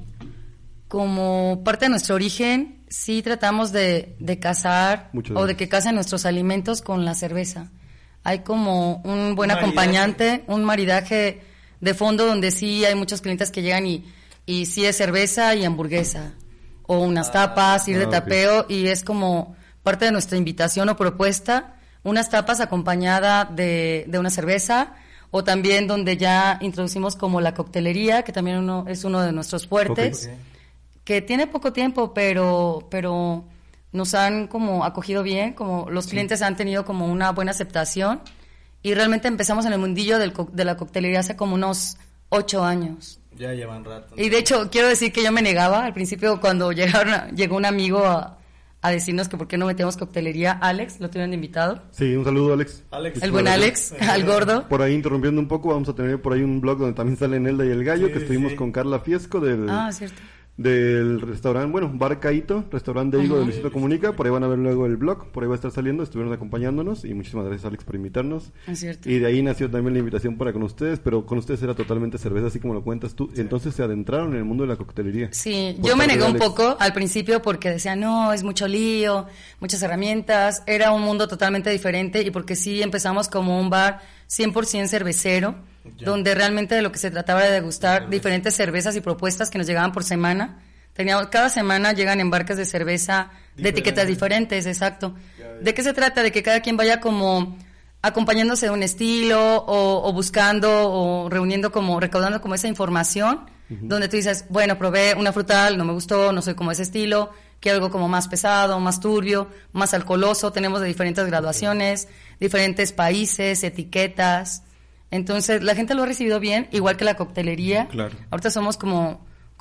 parte de nuestro origen, sí tratamos de cazar Muchas o de gracias. que casen nuestros alimentos con la cerveza. Hay como un buen Maridaje. acompañante, un maridaje de fondo donde sí hay muchos clientes que llegan y sí es cerveza y hamburguesa o unas tapas, ir de ok. tapeo y es como parte de nuestra invitación o propuesta, unas tapas acompañada de una cerveza o también donde ya introducimos como la coctelería, que también es uno de nuestros fuertes, que tiene poco tiempo, pero nos han como acogido bien, como los clientes han tenido como una buena aceptación y realmente empezamos en el mundillo de la coctelería hace como unos 8 años. Ya llevan rato. Y de hecho, quiero decir que yo me negaba al principio cuando llegó un amigo a decirnos que por qué no metemos coctelería. Alex, lo tuvieron de invitado. Sí, un saludo, Alex. Alex. El buen Alex, al gordo. Por ahí interrumpiendo un poco, vamos a tener por ahí un blog donde también salen Elda y el Gallo, Sí, que estuvimos sí. con Carla Fiesco Cierto. del restaurante, bueno, Bar Caíto, restaurante de Higo de Luisito Comunica. Por ahí van a ver luego el blog, por ahí va a estar saliendo, estuvieron acompañándonos y muchísimas gracias, Alex, por invitarnos. Es cierto. Y de ahí nació también la invitación para con ustedes, pero con ustedes era totalmente cerveza, así como lo cuentas tú. Entonces se adentraron en el mundo de la coctelería. Sí, Por yo me parte negué de un Alex. poco al principio porque decía, no, es mucho lío, muchas herramientas, era un mundo totalmente diferente y porque sí empezamos como un bar 100% cervecero, Ya. donde realmente de lo que se trataba era de degustar diferentes cervezas y propuestas que nos llegaban por semana. Cada semana llegan embarques de cerveza de etiquetas diferentes, exacto. ¿De qué se trata? De que cada quien vaya como acompañándose de un estilo o buscando o reuniendo como, recaudando como esa información, donde tú dices, bueno, probé una frutal, no me gustó, no soy como ese estilo, quiero algo como más pesado, más turbio, más alcoholoso, tenemos de diferentes graduaciones, diferentes países, etiquetas. Entonces, la gente lo ha recibido bien, igual que la coctelería. Claro. Ahorita somos como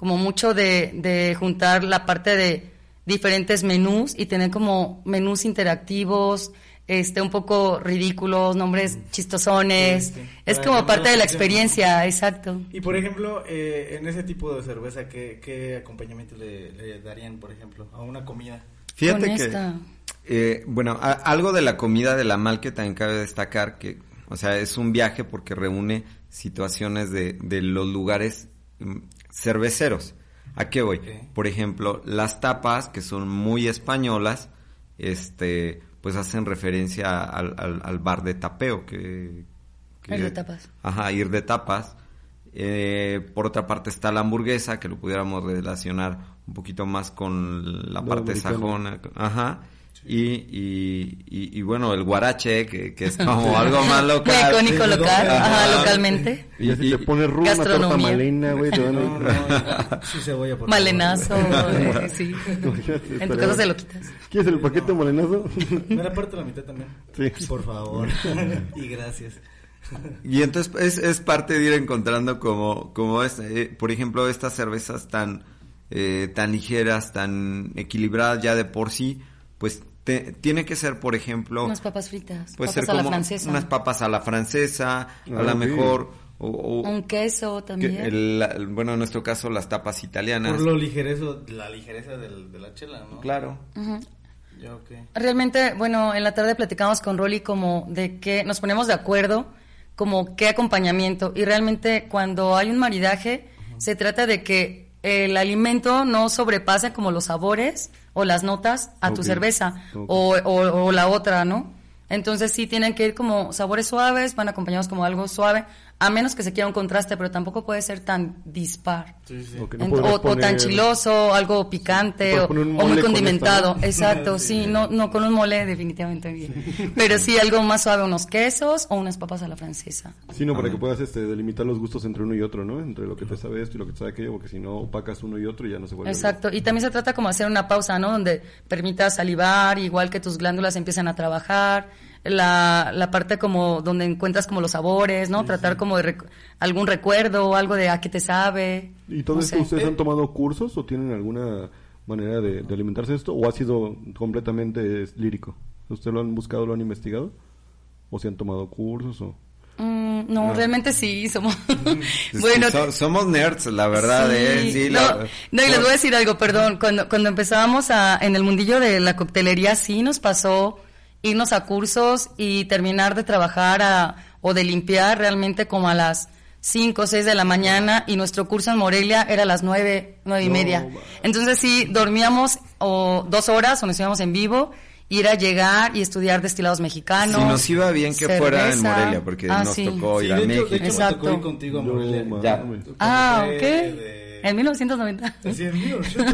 como mucho de juntar la parte de diferentes menús y tener como menús interactivos, un poco ridículos, nombres chistosones. Sí. Es Para como que parte no de la se experiencia, exacto. Y por ejemplo, en ese tipo de cerveza, ¿qué acompañamiento le darían, por ejemplo, a una comida? Fíjate Con que, esta. Algo de la comida de la mal que también cabe destacar que, o sea, es un viaje porque reúne situaciones de los lugares cerveceros. ¿A qué voy? Okay. Por ejemplo, las tapas, que son muy españolas, pues hacen referencia al bar de tapeo, que Ir de tapas. Ajá, ir de tapas. Por otra parte está la hamburguesa, que lo pudiéramos relacionar un poquito más con la parte sajona. Ajá. Sí. Y bueno, el guarache, que es como algo más local. Muy icónico local, Ajá. Localmente. Y ya si te pones rudo, una torta Gastronomía. malena, güey, te van a... Sí, cebolla, por Malenazo, favor. sí. Imagínate, En tu estaría- caso se lo quitas. ¿Quieres el paquete malenazo? ¿Me la parte la mitad también? Sí. Por favor. Y gracias. Y entonces es parte de ir encontrando como por ejemplo, estas cervezas tan ligeras, tan equilibradas ya de por sí, pues tiene que ser, por ejemplo, Unas papas fritas, puede papas ser a la como francesa. unas papas a la francesa, a lo sí. mejor o Un queso también. bueno, en nuestro caso las tapas italianas. Por la ligereza de la chela, ¿no? Claro. Ujú. Ya, ok. Realmente, bueno, en la tarde platicamos con Rolly como de que nos ponemos de acuerdo, como qué acompañamiento. Y realmente cuando hay un maridaje, se trata de que el alimento no sobrepase como los sabores o las notas a tu Ok. cerveza Ok. o la otra, ¿no? Entonces sí tienen que ir como sabores suaves, van acompañados como algo suave, a menos que se quiera un contraste, pero tampoco puede ser tan dispar. Sí, sí. Ok, no O podrías tan poner- chiloso, algo picante Puedes o poner un muy mole con condimentado. esto, ¿no? Exacto, sí, no con un mole definitivamente bien. Pero sí algo más suave, unos quesos o unas papas a la francesa. Sí, no, para que puedas delimitar los gustos entre uno y otro, ¿no? Entre lo que te sabe esto y lo que te sabe aquello, porque si no opacas uno y otro y ya no se vuelve. Exacto, y también se trata como hacer una pausa, ¿no? Donde permitas salivar, igual que tus glándulas empiezan a trabajar, la parte como donde encuentras como los sabores, ¿no? Tratar como de algún recuerdo, algo de a qué te sabe. ¿Y todo no esto sé. ustedes han tomado cursos o tienen alguna manera de alimentarse esto o ha sido completamente lírico? ¿Ustedes lo han buscado, lo han investigado? ¿O se han tomado cursos o...? No, realmente sí, somos... Bueno, somos nerds, la verdad, sí, no, y les voy a decir algo, perdón, cuando empezábamos en el mundillo de la coctelería sí nos pasó irnos a cursos y terminar de trabajar o de limpiar realmente como a las 5 o 6 de la mañana y nuestro curso en Morelia era a las 9 y media. Entonces sí, dormíamos 2 horas o nos íbamos en vivo, ir a llegar y estudiar destilados mexicanos. Si nos iba bien que fuera en cerveza. Morelia, porque nos sí. tocó ir Sí, a de México. hecho me Exacto. tocó ir contigo a No, Morelia. mames. Ya. Ah, Fue ok. de- En 1990. Sí, en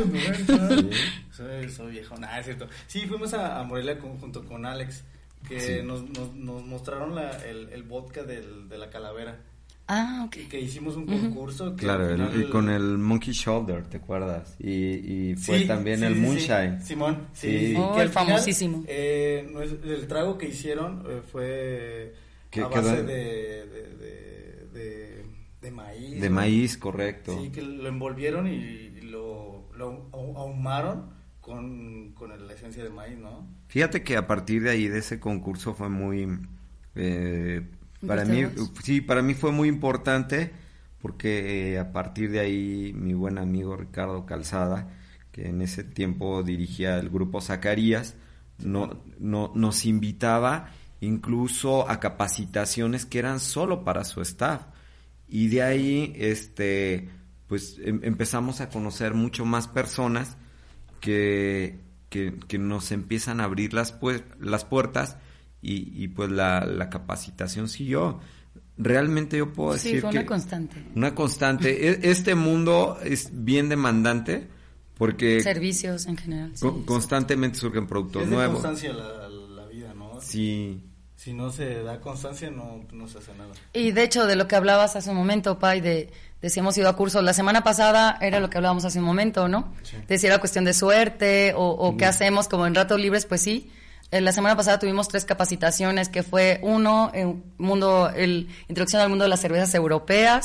1990. Soy viejo, nada, es cierto. Sí, fuimos a Morelia junto con Alex, que Sí. nos mostraron el vodka de la calavera. Ah, ok. Que hicimos un concurso. Que Claro, al final y con el Monkey Shoulder, ¿te acuerdas? Y fue Sí, también sí, el sí, Moonshine. sí. Simón, sí. Sí. Oh, que al el famosísimo. el trago que hicieron fue Que a base quedó- de maíz. De ¿no? maíz, correcto. Sí, que lo envolvieron y lo ahumaron con la esencia de maíz, ¿no? Fíjate que a partir de ahí, de ese concurso, fue muy... para mí, Invertebrados. sí, para mí fue muy importante porque a partir de ahí mi buen amigo Ricardo Calzada, que en ese tiempo dirigía el grupo Zacarías, nos invitaba incluso a capacitaciones que eran solo para su staff. Y de ahí, pues empezamos a conocer mucho más personas que nos empiezan a abrir las puertas y pues la capacitación siguió. Realmente yo puedo decir Sí, fue que una constante. una constante. Este mundo es bien demandante porque Servicios en general. sí, constantemente surgen productos Es de nuevos. constancia la vida, ¿no? Sí. Si no se da constancia, no se hace nada. Y de hecho, de lo que hablabas hace un momento, Pai, de si hemos ido a cursos, la semana pasada era lo que hablábamos hace un momento, ¿no? Sí. De si era cuestión de suerte o qué hacemos como en ratos libres, pues sí. La semana pasada tuvimos 3 capacitaciones, que fue introducción al mundo de las cervezas europeas,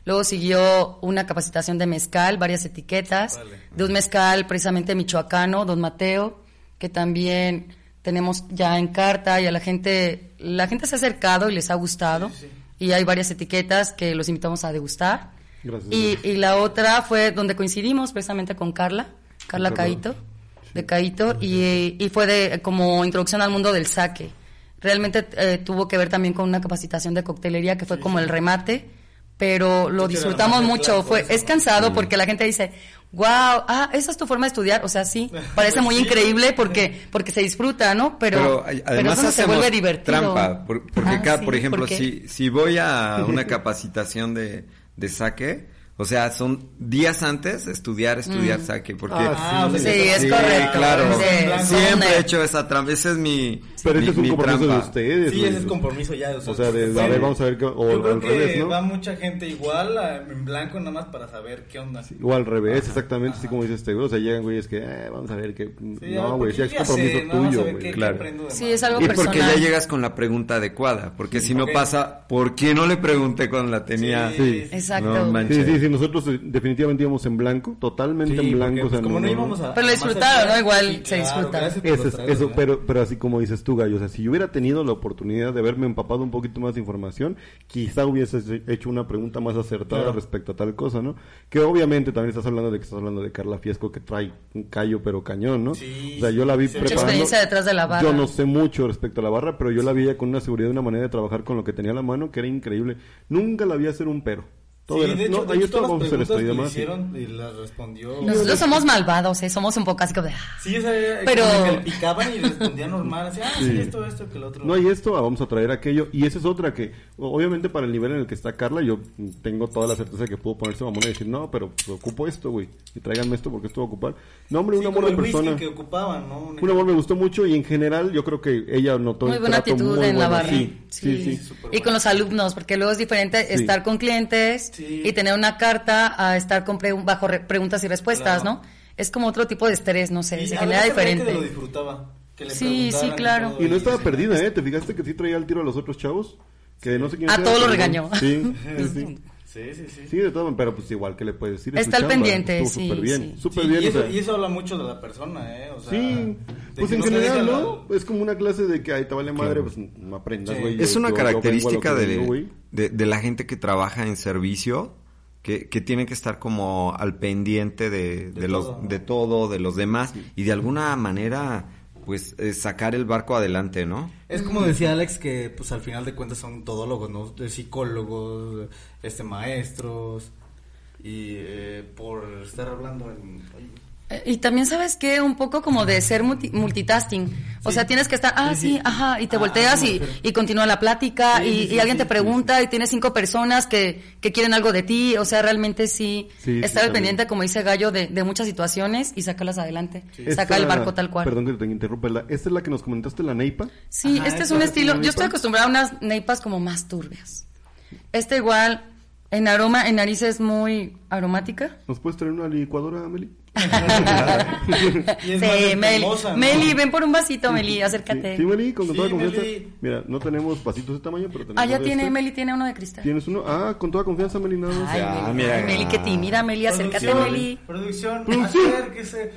Luego siguió una capacitación de mezcal, varias etiquetas, de un mezcal precisamente michoacano, Don Mateo, que también tenemos ya en carta y a la gente se ha acercado y les ha gustado. Sí. Y hay varias etiquetas que los invitamos a degustar. Gracias. Y la otra fue donde coincidimos precisamente con Carla Caito, de Caito, y fue como introducción al mundo del sake. Realmente tuvo que ver también con una capacitación de coctelería que fue como el remate, pero lo disfrutamos mucho. Es cansado porque la gente dice, wow, esa es tu forma de estudiar. O sea, sí, parece muy increíble porque se disfruta, ¿no? Pero además eso se vuelve divertido. Trampa, porque por ejemplo, si voy a una capacitación de sake, o sea, son días antes estudiar sake, porque sí, es correcto. Claro, sí, siempre he hecho esa trampa, ese es mi pero este es un compromiso trampa. de ustedes. Sí, ese es compromiso ya. O sea, a ver, vamos a ver, o yo creo al revés, ¿no? Va mucha gente igual en blanco nada más para saber qué onda. Sí, o al revés, exactamente, así como dices güey. O sea, llegan güeyes que, vamos a ver qué... Sí, no, güey, ya es compromiso tuyo, güey. Claro. Sí, es algo y personal. porque ya llegas con la pregunta adecuada, porque si no pasa, ¿por qué no le pregunté cuando la tenía? Sí, exacto. No, sí, nosotros definitivamente íbamos en blanco, totalmente en blanco. Porque, o sea, como no íbamos a... Pero lo disfrutaron, ¿no? Igual se disfruta. Eso, pero así como dices tú, Gallo, o sea, si yo hubiera tenido la oportunidad de haberme empapado un poquito más de información, quizá hubieses hecho una pregunta más acertada respecto a tal cosa, ¿no? Que obviamente también estás hablando de Carla Fiesco, que trae un callo pero cañón, ¿no? Sí, o sea, yo la vi preparando. Experiencia detrás de la barra. Yo no sé mucho respecto a la barra, pero yo la vi con una seguridad, una manera de trabajar con lo que tenía a la mano, que era increíble. Nunca la vi hacer un pero. Todo sí, de hecho, ahí está, vamos a hacer esto y demás. Y las respondió. Nosotros somos malvados, somos un poco así como de... Sí, pero como que picaban y respondían normal, así, sí, esto, que el otro. No hay esto, vamos a traer aquello. Y esa es otra que, obviamente para el nivel en el que está Carla, yo tengo toda la certeza de que puedo ponerse mamona y decir, no, pero ocupo esto, güey. Y tráiganme esto porque esto va a ocupar. No, hombre, un amor de persona. Que ocupaban, ¿no? Un amor me gustó mucho y en general yo creo que ella notó muy buena actitud en la barra. Sí. Y con los alumnos, porque luego es diferente estar con clientes y tener una carta a estar con bajo preguntas y respuestas, ¿no? Es como otro tipo de estrés, no sé, se genera diferente. Que lo disfrutaba, que le sí, claro. Y no estaba perdida, ¿eh? ¿Te fijaste que sí traía el tiro a los otros chavos? Que no sé quién a todos lo regañó. Sí. Sí, de todo, pero pues igual que le puedes decir. Está al pendiente, sí. Súper bien, súper bien. Y eso habla mucho de la persona, O sea, sí, pues en general, ¿no? Es como una clase de que, ay, te vale madre, pues no aprendas, güey. Es una característica de la gente que trabaja en servicio, que tiene que estar como al pendiente de los demás, y de alguna manera... pues sacar el barco adelante, ¿no? Es como decía Alex, que pues al final de cuentas son todólogos, ¿no? Psicólogos, maestros, y por estar hablando en... Y también, ¿sabes qué? Un poco como de ser multitasking. O sea, tienes que estar, y te volteas y continúa la plática y alguien te pregunta y tienes 5 personas que quieren algo de ti. O sea, realmente estar al pendiente, como dice Gallo, de muchas situaciones y sacarlas adelante. Sacar el barco tal cual. Perdón que te interrumpa. ¿Esta es la que nos comentaste, la neipa? Sí, este es un estilo. Yo estoy acostumbrada a unas neipas como más turbias. Igual, en aroma, en nariz es muy aromática. ¿Nos puedes traer una licuadora, Meli? Sí, Meli, ven por un vasito, Meli, acércate. Sí, Meli, con toda confianza. Mira, no tenemos vasitos de tamaño, pero tenemos ya tiene, Meli tiene uno de cristal. ¿Tienes uno? Con toda confianza, Meli, nada más. Ay, Meli, qué tímida, Meli, acércate, Meli. Producción, acérquese.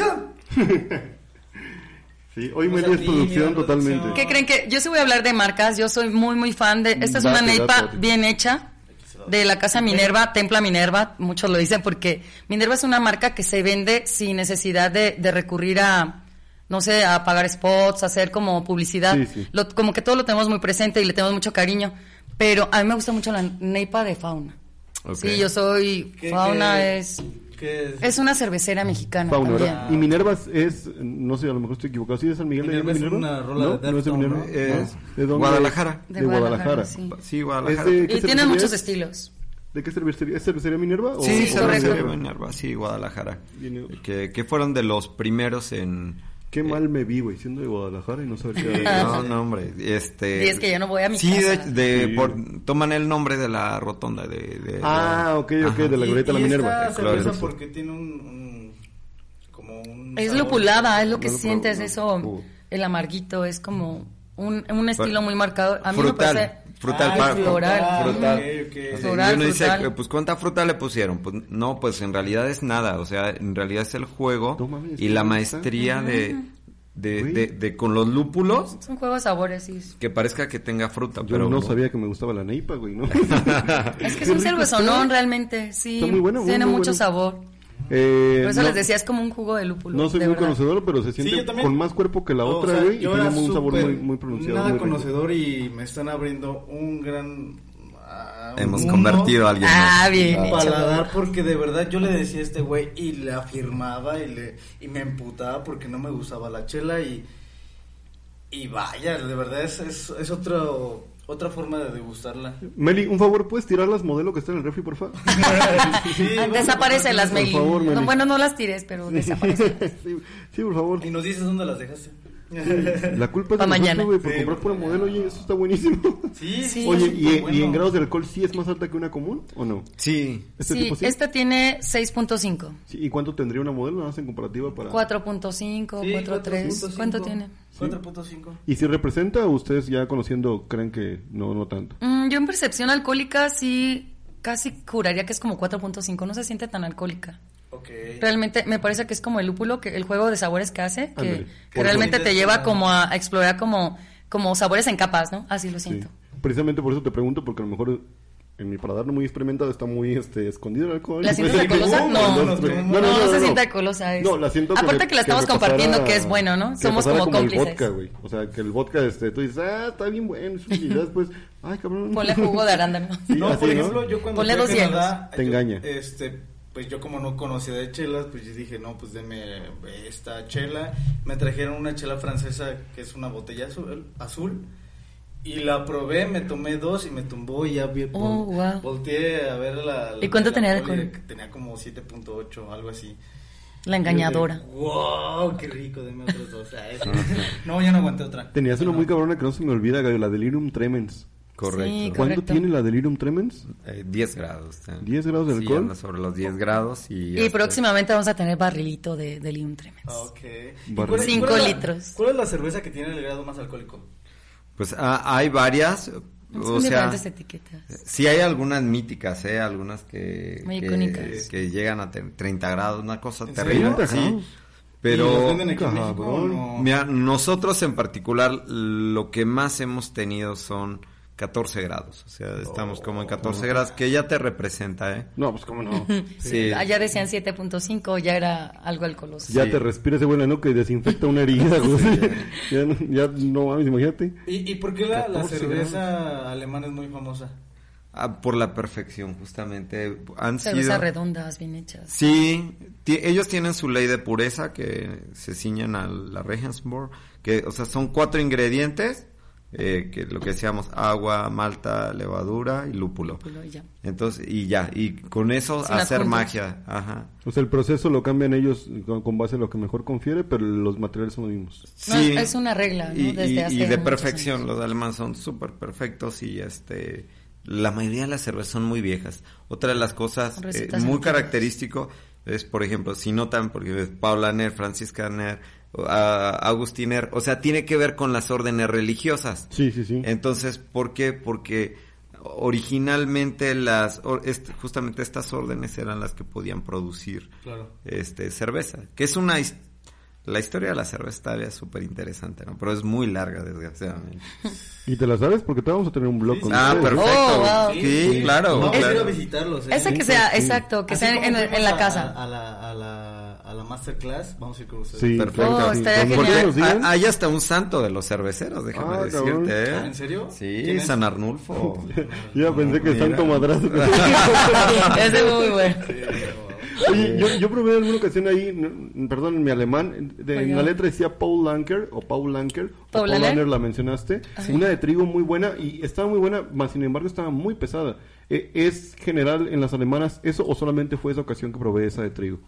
Sí, hoy Meli es producción totalmente. ¿Qué creen que? Yo sí voy a hablar de marcas, yo soy muy, muy fan de... Esta es una neipa bien hecha. De la casa Minerva, Templa Minerva, muchos lo dicen porque Minerva es una marca que se vende sin necesidad de recurrir a, no sé, a pagar spots, a hacer como publicidad. Sí. Como que todo lo tenemos muy presente y le tenemos mucho cariño. Pero a mí me gusta mucho la neipa de Fauna. Okay. Sí, yo soy... Fauna es... Es una cervecera mexicana. Fauna, ¿verdad? Y Minerva es, no sé, a lo mejor estoy equivocado, ¿sí de San Miguel? Minerva es una rola de ¿No es de Minerva? ¿De Guadalajara. De Guadalajara. Sí, Guadalajara. Y tienen muchos estilos. ¿De qué cervecería? ¿Es cervecería Minerva? Sí, cervecería Minerva, sí, Guadalajara. Que fueron de los primeros en... Qué mal me vi, güey, siendo de Guadalajara y no saber qué No, hombre, Y es que yo no voy a mi casa. Sí, toman el nombre de la rotonda de ok, de la glorieta de la Minerva. Claro, porque tiene es lupulada, es lo que sientes, eso, el amarguito, es como un estilo muy marcado. A mí frutal, me parece Frutal. floral. Frutal. Ok. O sea, Floral, y uno dice, frutal. pues ¿cuánta fruta le pusieron? Pues no, pues en realidad es nada, o sea, en realidad es el juego No mames, y la ¿está? maestría de con los lúpulos Es un juego de sabores, sí. que parezca que tenga fruta, Yo pero no sabía que me gustaba la neipa, güey, ¿no? Es que es un cervezonón realmente, sí. Está muy bueno, Tiene muy mucho bueno. sabor. Por eso no, les decía, es como un jugo de lúpulo. no soy de muy verdad. conocedor, pero se siente yo también. con más cuerpo que la O otra, sea, güey, y yo tiene era un sabor súper muy, muy pronunciado. Nada muy rico. conocedor y me están abriendo un gran... hemos mundo, convertido a alguien más. Bien un hecho. paladar, porque de verdad yo le decía a este güey y le afirmaba y me emputaba porque no me gustaba la chela y vaya, de verdad es otra forma de degustarla. Meli, un favor, ¿puedes tirar las modelo que está en el refri, por favor? Sí, Desaparece las Por Meli. favor, Meli. No, bueno, no las tires, pero desaparece. Sí, por favor. Y nos dices dónde las dejaste. La culpa es Pa' de mañana. nosotros, güey, por Sí, comprar pura modelo, oye, eso está buenísimo. Sí, Sí. Oye, está ¿y superbueno. en grados de alcohol sí es más alta que una común o no? Sí, ¿Este Sí, tipo sí? esta tiene 6.5. Sí, ¿y cuánto tendría una modelo? Nada más en comparativa para... 4.5, Sí, 4.3. 4.5. ¿Cuánto tiene? 4.5. ¿Y si representa o ustedes ya conociendo creen que no tanto? Yo en percepción alcohólica sí casi juraría que es como 4.5. No se siente tan alcohólica. Ok. Realmente me parece que es como el lúpulo, que el juego de sabores que hace, Ándale. que realmente te lleva como a explorar como sabores en capas, ¿no? Así lo Sí. siento. Precisamente por eso te pregunto, porque a lo mejor en mi paladar no muy experimentado está muy escondido el alcohol. ¿La sientes Pues, alcoholosa? ¿cómo? No, No, se siente alcoholosa. No, la siento Aparte que la estamos me compartiendo, pasara- que es bueno, ¿no? que Somos pasara como el cómplices. vodka, güey. O sea, que el vodka, tú dices, está bien bueno. Y ya después, ay, cabrón. Ponle jugo de arándano. Sí, No, así, por ¿no? ejemplo, yo cuando Ponle fui a 2 hielos. Canadá, Te engaña. Pues yo como no conocía de chelas, pues yo dije, no, pues deme esta chela. Me trajeron una chela francesa que es una botella azul y la probé, me tomé 2 y me tumbó y ya Wow. volteé a ver la ¿Y cuánto tenía de alcohol y alcohol? tenía como 7.8, algo así. La engañadora. Wow, qué rico, deme otros 2. No, ya no aguanté otra. Tenías una muy cabrona que no se me olvida, Gallo, la Delirium Tremens. correcto. Sí, ¿Cuánto correcto. tiene la Delirium Tremens? 10 grados. 10 grados de Sí, alcohol. anda sobre los 10 grados Y próximamente vamos a tener barrilito de Lium Tremens. Ok. ¿Y Vale. cuál es- 5 cuál es la- litros. ¿Cuál es la cerveza que tiene el grado más alcohólico? Pues hay varias, Son o sea, diferentes etiquetas. sí hay algunas míticas, algunas que, Muy icónicas. que llegan a 30 grados, una cosa ¿En terrible, serio? sí. 30 grados. ¿Y las Pero venden aquí en México o cabrón. no? mira, nosotros en particular lo que más hemos tenido son 14 grados, o sea, estamos como en 14 grados, que ya te representa, ¿eh? No, pues cómo no. Sí. Allá decían 7.5, ya era algo alcoholoso. Ya Sí. te respira ese güey en la nuca y desinfecta una herida, güey. Ya no mames, imagínate. ¿Y por qué la 14 cerveza alemana es muy famosa? Por la perfección, justamente. Han Cervezas sido... redondas, bien hechas. Sí, ellos tienen su ley de pureza que se ciñen a la Regensburg, que, o sea, son 4 ingredientes, que lo que decíamos, agua, malta, levadura y lúpulo. Lúpulo y ya. Entonces, y con eso Sin hacer adjuntos. magia, ajá. O sea, el proceso lo cambian ellos con base en lo que mejor confiere, pero los materiales son los mismos. No, es una regla, ¿no? Y, Desde hace y de muchos perfección, años. los alemanes son súper perfectos y la mayoría de las cervezas son muy viejas. Otra de las cosas Con recetas muy antiguas. característico es, por ejemplo, si notan, porque es Paula Ner, Francisca Ner, Agustín Ner, o sea, tiene que ver con las órdenes religiosas. Sí, sí, sí. Entonces, ¿por qué? Porque originalmente justamente estas órdenes eran las que podían producir Claro. cerveza, que es la historia de la cerveza todavía es súper interesante, ¿no? Pero es muy larga, desgraciadamente. ¿Y te la sabes? Porque te vamos a tener un blog Sí, con sí. Ah, ustedes. perfecto. Oh, wow. Sí, claro. Vamos a ir claro. a visitarlos. Esa que Sí, sea, sí. exacto, que Así sea como en fuimos la a casa. A la masterclass, vamos a ir con ustedes. Sí, Perfecto. Oh, estaría Cuando genial. ustedes nos digan, Hay hasta un santo de los cerveceros, déjame Ah, cabrón. decirte, ¿eh? Ah, ¿en serio? Sí, ¿Quién es? San Arnulfo. ya pensé que Mira. Santo Madrazo. Ese es muy bueno. Oye, yo probé en alguna ocasión ahí, perdón, en mi alemán, en Oiga. la letra decía Paul Lanker, o Paul Lanker, Paul o Paul Lanker. Lanker la mencionaste, una de trigo muy buena, y estaba muy buena, más sin embargo estaba muy pesada. ¿Es general en las alemanas eso, o solamente fue esa ocasión que probé esa de trigo?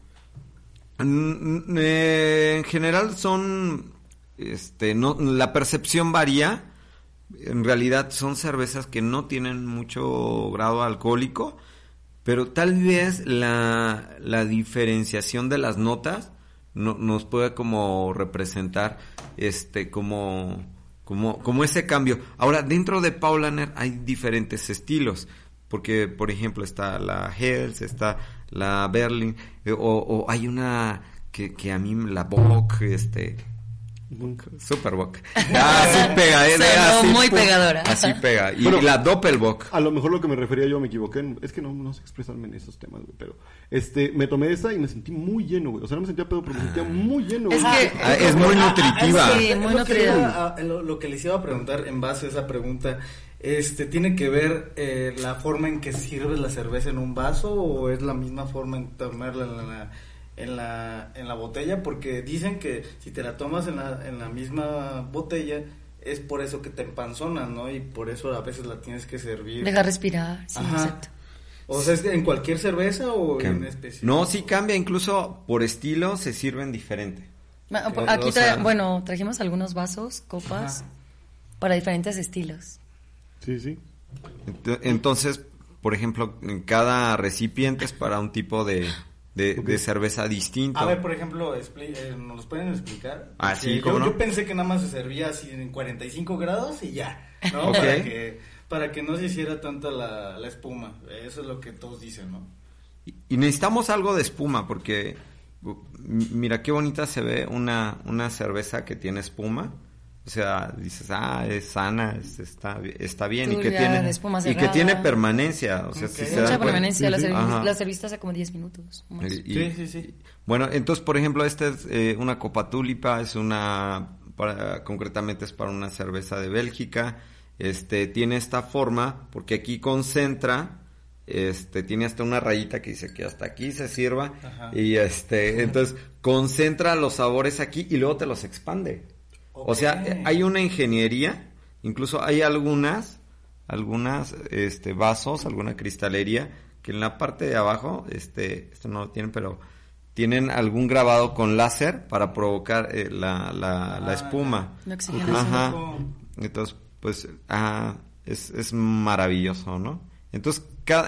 En general son, no, la percepción varía. En realidad son cervezas que no tienen mucho grado alcohólico, pero tal vez la diferenciación de las notas nos puede como representar, como como ese cambio. Ahora, dentro de Paulaner hay diferentes estilos, porque, por ejemplo, está la Helles, está la Berlin, o hay una que a mí, la Bock, Superbock. Así pega, Sonó muy pum, pegadora. Así pega. Y Bueno, la Doppelbock. A lo mejor lo que me refería yo me equivoqué. Es que no sé expresarme en esos temas, güey. Pero me tomé esa y me sentí muy lleno, güey. O sea, no me sentía pedo, pero me sentía muy lleno, Es güey. que Es muy nutritiva. Sí, muy nutrida. Lo que les iba a preguntar en base a esa pregunta, ¿tiene que ver la forma en que sirves la cerveza en un vaso o es la misma forma en tomarla en la botella? Porque dicen que si te la tomas en la misma botella es por eso que te empanzonas, ¿no? Y por eso a veces la tienes que servir. Deja respirar, sí, Ajá. exacto. O sea, ¿es en cualquier cerveza o en específico? No, sí cambia, incluso por estilo se sirven diferente. Aquí O sea, trajimos algunos vasos, copas, Ajá. para diferentes estilos. Sí. Entonces, por ejemplo, en cada recipiente es para un tipo de cerveza distinto. A ver, por ejemplo, ¿nos los pueden explicar? Ah, sí, Porque ¿cómo no? yo pensé que nada más se servía así en 45 grados y ya, ¿no? Ok. Para que no se hiciera tanta la espuma. Eso es lo que todos dicen, ¿no? Y necesitamos algo de espuma porque mira qué bonita se ve una cerveza que tiene espuma. O sea, dices, es sana, está bien. Turbia, y que tiene de espuma y que cerrada. tiene permanencia. O sea, Ok. si se Mucha dan cuenta- permanencia, Sí, sí. Ajá. la serviste hace como 10 minutos. más. Sí. Bueno, entonces, por ejemplo, esta es una copa tulipa, concretamente es para una cerveza de Bélgica. Tiene esta forma, porque aquí concentra, tiene hasta una rayita que dice que hasta aquí se sirva. Ajá. Y entonces concentra los sabores aquí y luego te los expande. O sea, Ok. hay una ingeniería, incluso hay algunas vasos, alguna cristalería, que en la parte de abajo, esto no lo tienen, pero tienen algún grabado con láser para provocar la espuma. La oxigenación. Ajá. Ojo. Entonces, pues, es maravilloso, ¿no? Entonces,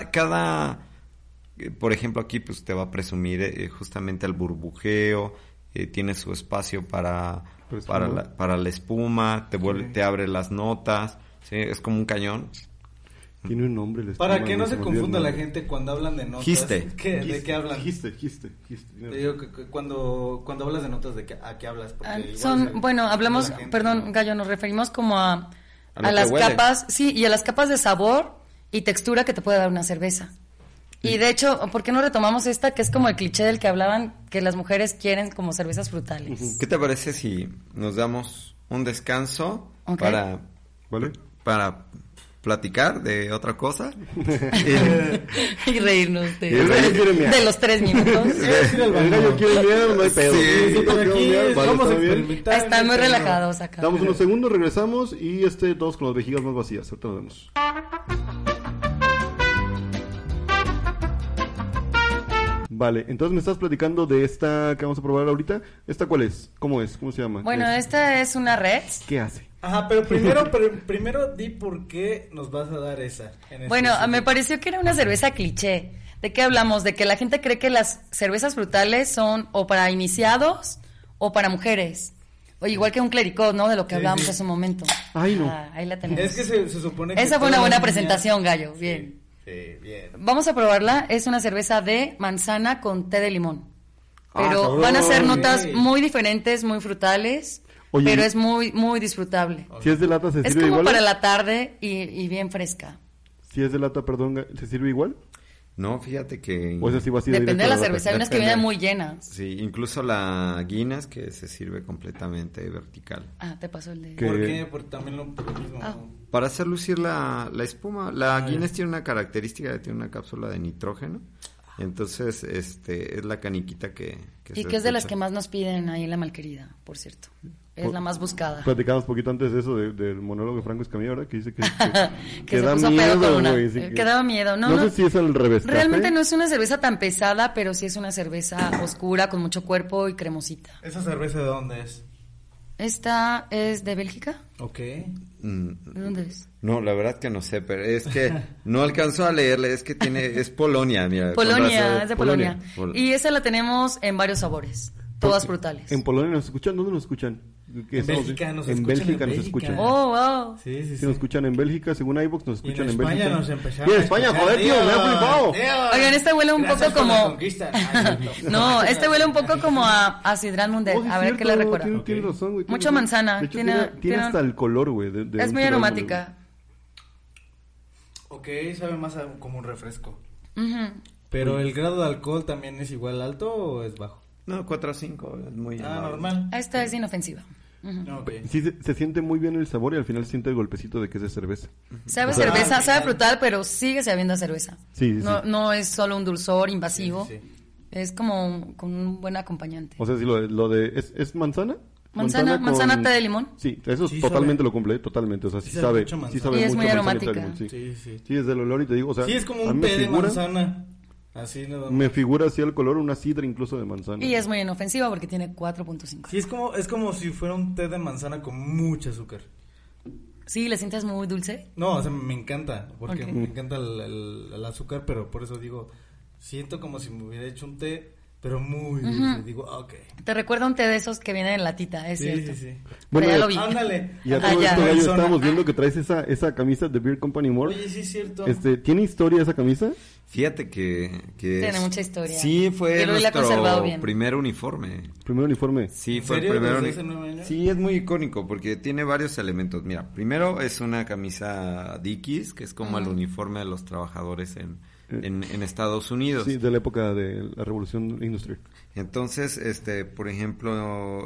por ejemplo, aquí pues te va a presumir justamente el burbujeo, tiene su espacio para la espuma, te abre las notas, ¿sí? Es como un cañón. Tiene un nombre. Para que no se me olvidó el confunda la nombre. gente cuando hablan de notas. Giste. ¿De qué hablan? Giste. Te digo que cuando hablas de notas, ¿a qué hablas? Porque Hablamos, la gente, perdón, ¿no? Gallo, nos referimos como a lo que las huele. capas, sí, y a las capas de sabor y textura que te puede dar una cerveza. Y de hecho, ¿por qué no retomamos esta que es como el cliché del que hablaban, que las mujeres quieren como cervezas frutales? ¿Qué te parece si nos damos un descanso Ok. ¿Vale? para platicar de otra cosa? Y reírnos El gallo quiere mear. de los 3 minutos. El gallo quiere miedo, no hay pedo. Sí, Sí, Pero aquí vale, vamos a está bien. experimentar. Están muy en este relajados acá. Damos unos segundos, regresamos y todos con las vejigas más vacías. Ahorita nos vemos. Vale, entonces me estás platicando de esta que vamos a probar ahorita. ¿Esta cuál es? ¿Cómo es? ¿Cómo se llama? Bueno, ¿Qué es? esta es una Reds. ¿Qué hace? Ajá, pero primero di por qué nos vas a dar esa. Bueno, específico. me pareció que era una cerveza cliché. ¿De qué hablamos? De que la gente cree que las cervezas frutales son o para iniciados o para mujeres. O igual que un clericot, ¿no? De lo que Sí, hablábamos sí. hace un momento. Ay, no. Ahí la tenemos. Es que se supone que Esa fue una todas buena las presentación, niñas- Gallo. Bien. Sí, bien. Vamos a probarla. Es una cerveza de manzana con té de limón. Pero cabrón. van a ser Ok. notas muy diferentes, muy frutales. Oye, pero y- es muy, muy disfrutable. Si es de lata, ¿se Es sirve como igual? para la tarde y bien fresca. Si es de lata, perdón, ¿se sirve igual? No, fíjate que... ¿O es así vacío? Depende de la cerveza. Hay Depende. unas que vienen muy llenas. Sí, incluso la Guinness que se sirve completamente vertical. Ah, te pasó el de... ¿Qué? ¿Por qué? Porque también por lo mismo. Ah. ¿no? Para hacer lucir la espuma, la Guinness tiene una característica, tiene una cápsula de nitrógeno. Entonces, es la caniquita que Y se que es de las escucha. que más nos piden ahí en La Malquerida, por cierto. Es la más buscada. Platicamos poquito antes de eso, del monólogo de Franco Escamilla, ¿verdad? Que dice que Que se da puso pedo con una. güey, sí que- Que daba miedo. No, No no. sé si es al revés. Realmente ¿café? no es una cerveza tan pesada, pero sí es una cerveza oscura, con mucho cuerpo y cremosita. ¿Esa cerveza de dónde es? ¿Esta es de Bélgica? Ok. ¿De dónde es? No, la verdad que no sé, pero es que no alcanzo a leerle, es que es Polonia, mira. con Polonia, razón. es de Polonia. Pol- Y esa la tenemos en varios sabores, todas frutales. ¿En Polonia nos escuchan? ¿Dónde nos escuchan? En Bélgica nos en escuchan. Bélgica nos escuchan. Oh, wow. Sí, sí, Si nos escuchan en Bélgica, según iVoox nos Y escuchan en España Bélgica. nos empezaron Y en a España, escuchar, joder, tío, me ha flipado. Oigan, este huele un Gracias poco por la como... conquista. Ay, No, este huele un poco como a Sidral Mundet. Oh, sí, A ver qué le cierto, recuerda. Tienes razón, güey. tienes Mucho razón. manzana, De hecho, tiene tiene hasta un- el color, güey. de Es un muy Sidral aromática. Ok, sabe más como un refresco. Ujú. Pero el grado de alcohol también es igual alto o es bajo. No, 4 o 5, es muy amable. Normal. Esta es inofensiva. Ujú. Ok. Muldet. Sí, se siente muy bien el sabor y al final se siente el golpecito de que es de cerveza. Sabe O sea, cerveza, al sabe final. frutal, pero sigue sabiendo a cerveza. Sí, sí, No, sí. no es solo un dulzor invasivo. Sí, sí. Es como con un buen acompañante. O sea, sí, lo de... ¿Es manzana? Manzana, té de limón. Sí, eso Sí, totalmente sabe. lo cumple, totalmente. O sea, sí Sí sabe sabe, mucho sí manzana. sabe Y es mucho muy manzana y té de aromática. limón, sí. Sí, sí. Sí, desde el olor y te digo, o sea... Sí, es como a un mí me té de figura- manzana. Así nada más. Me figura así el color, una sidra incluso de manzana. Y es muy inofensiva porque tiene 4.5. Sí, es como si fuera un té de manzana con mucho azúcar. Sí, ¿le sientes muy dulce? No, o sea, me encanta, porque Ok. me encanta el azúcar, pero por eso digo, siento como si me hubiera hecho un té, pero muy dulce. Digo, ok. Te recuerda un té de esos que vienen en latita, es Sí, cierto. sí, sí. Bueno, ya y- lo vi. Ándale. Y a Ah, todo ya. esto, Gallo, Arizona. estábamos viendo que traes esa camisa de Beer Company More. Oye, sí es cierto. ¿Tiene historia esa camisa? Fíjate que Tiene mucha historia. Sí, fue Yo lo hubiera conservado nuestro bien. primer uniforme. Primer uniforme. Sí, ¿En fue serio? el primer ¿Desde uniforme. hace 9 años? Sí, es muy icónico porque tiene varios elementos. Mira, primero es una camisa Dickies, que es como el uniforme de los trabajadores en Estados Unidos. Sí, de la época de la revolución industrial. Entonces, por ejemplo,